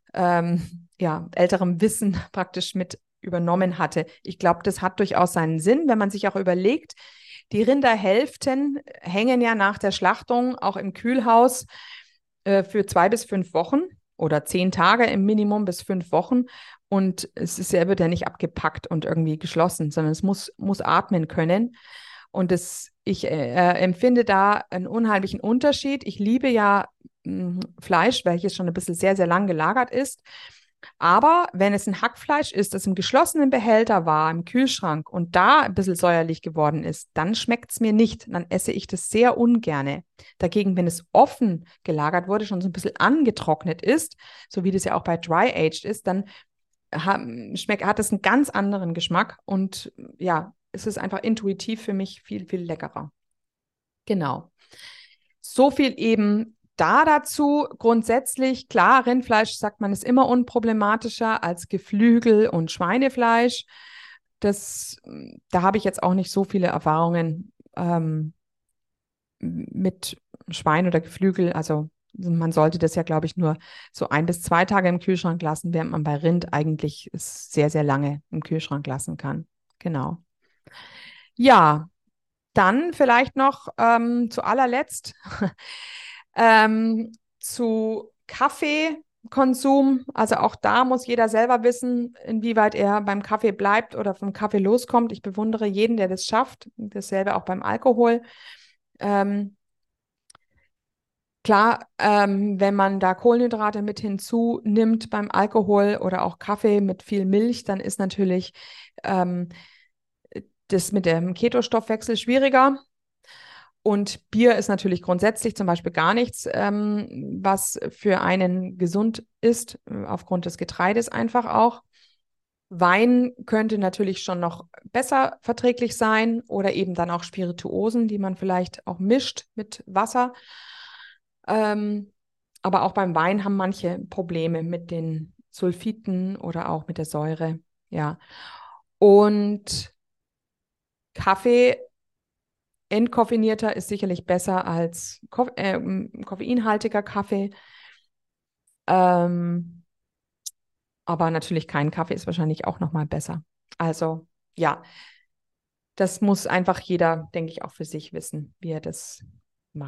Wissen praktisch mit übernommen hatte. Ich glaube, das hat durchaus seinen Sinn, wenn man sich auch überlegt, die Rinderhälften hängen ja nach der Schlachtung auch im Kühlhaus für 2 bis 5 Wochen oder 10 Tage im Minimum bis 5 Wochen. Und wird ja nicht abgepackt und irgendwie geschlossen, sondern es muss atmen können. Und ich empfinde da einen unheimlichen Unterschied. Ich liebe ja Fleisch, welches schon ein bisschen sehr, sehr lang gelagert ist. Aber wenn es ein Hackfleisch ist, das im geschlossenen Behälter war, im Kühlschrank und da ein bisschen säuerlich geworden ist, dann schmeckt es mir nicht. Dann esse ich das sehr ungerne. Dagegen, wenn es offen gelagert wurde, schon so ein bisschen angetrocknet ist, so wie das ja auch bei Dry-Aged ist, dann hat es einen ganz anderen Geschmack und ja, es ist einfach intuitiv für mich viel, viel leckerer. Genau. So viel eben dazu. Grundsätzlich, klar, Rindfleisch, sagt man, ist immer unproblematischer als Geflügel und Schweinefleisch. Da habe ich jetzt auch nicht so viele Erfahrungen mit Schwein oder Geflügel. Also man sollte das ja, glaube ich, nur so 1 bis 2 Tage im Kühlschrank lassen, während man bei Rind eigentlich es sehr, sehr lange im Kühlschrank lassen kann. Genau. Ja, dann vielleicht noch zu allerletzt zu Kaffeekonsum. Also auch da muss jeder selber wissen, inwieweit er beim Kaffee bleibt oder vom Kaffee loskommt. Ich bewundere jeden, der das schafft. Dasselbe auch beim Alkohol. Klar, wenn man da Kohlenhydrate mit hinzunimmt beim Alkohol oder auch Kaffee mit viel Milch, dann ist natürlich das mit dem Ketostoffwechsel schwieriger. Und Bier ist natürlich grundsätzlich zum Beispiel gar nichts, was für einen gesund ist, aufgrund des Getreides einfach auch. Wein könnte natürlich schon noch besser verträglich sein oder eben dann auch Spirituosen, die man vielleicht auch mischt mit Wasser. Aber auch beim Wein haben manche Probleme mit den Sulfiten oder auch mit der Säure. Ja. Und Kaffee entkoffinierter ist sicherlich besser als koffeinhaltiger Kaffee. Aber natürlich kein Kaffee ist wahrscheinlich auch nochmal besser. Also ja, das muss einfach jeder, denke ich, auch für sich wissen, wie er das macht.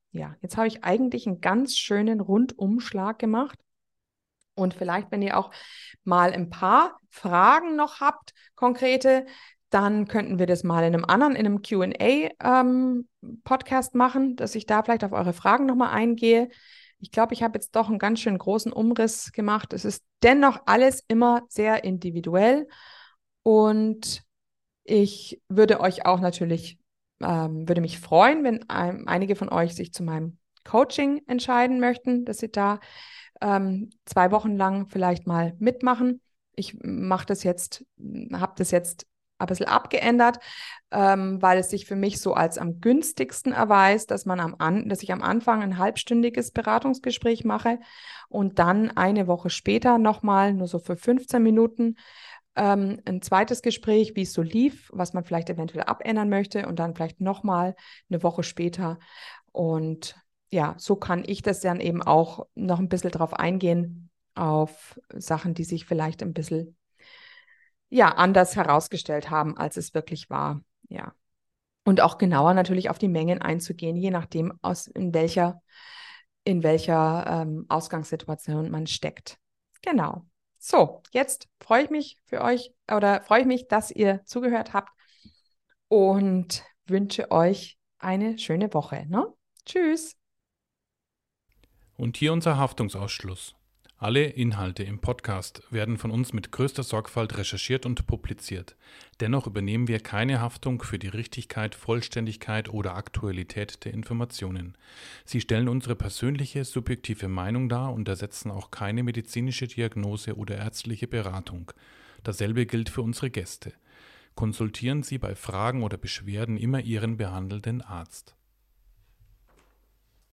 ja, jetzt habe ich eigentlich einen ganz schönen Rundumschlag gemacht. Und vielleicht, wenn ihr auch mal ein paar Fragen noch habt, konkrete, dann könnten wir das mal in einem Q&A-Podcast machen, dass ich da vielleicht auf eure Fragen nochmal eingehe. Ich glaube, ich habe jetzt doch einen ganz schön großen Umriss gemacht. Es ist dennoch alles immer sehr individuell und ich würde euch auch natürlich, würde mich freuen, wenn einige von euch sich zu meinem Coaching entscheiden möchten, dass sie da 2 Wochen lang vielleicht mal mitmachen. Ich mache das jetzt, habe das jetzt ein bisschen abgeändert, weil es sich für mich so als am günstigsten erweist, dass dass ich am Anfang ein halbstündiges Beratungsgespräch mache und dann eine Woche später nochmal, nur so für 15 Minuten, ein zweites Gespräch, wie es so lief, was man vielleicht eventuell abändern möchte und dann vielleicht nochmal eine Woche später. Und ja, so kann ich das dann eben auch noch ein bisschen drauf eingehen, auf Sachen, die sich vielleicht ein bisschen ja, anders herausgestellt haben, als es wirklich war. Ja. Und auch genauer natürlich auf die Mengen einzugehen, je nachdem, in welcher Ausgangssituation man steckt. Genau. So, jetzt freue ich mich für euch oder freue ich mich, dass ihr zugehört habt und wünsche euch eine schöne Woche. Ne? Tschüss. Und hier unser Haftungsausschluss. Alle Inhalte im Podcast werden von uns mit größter Sorgfalt recherchiert und publiziert. Dennoch übernehmen wir keine Haftung für die Richtigkeit, Vollständigkeit oder Aktualität der Informationen. Sie stellen unsere persönliche, subjektive Meinung dar und ersetzen auch keine medizinische Diagnose oder ärztliche Beratung. Dasselbe gilt für unsere Gäste. Konsultieren Sie bei Fragen oder Beschwerden immer Ihren behandelnden Arzt.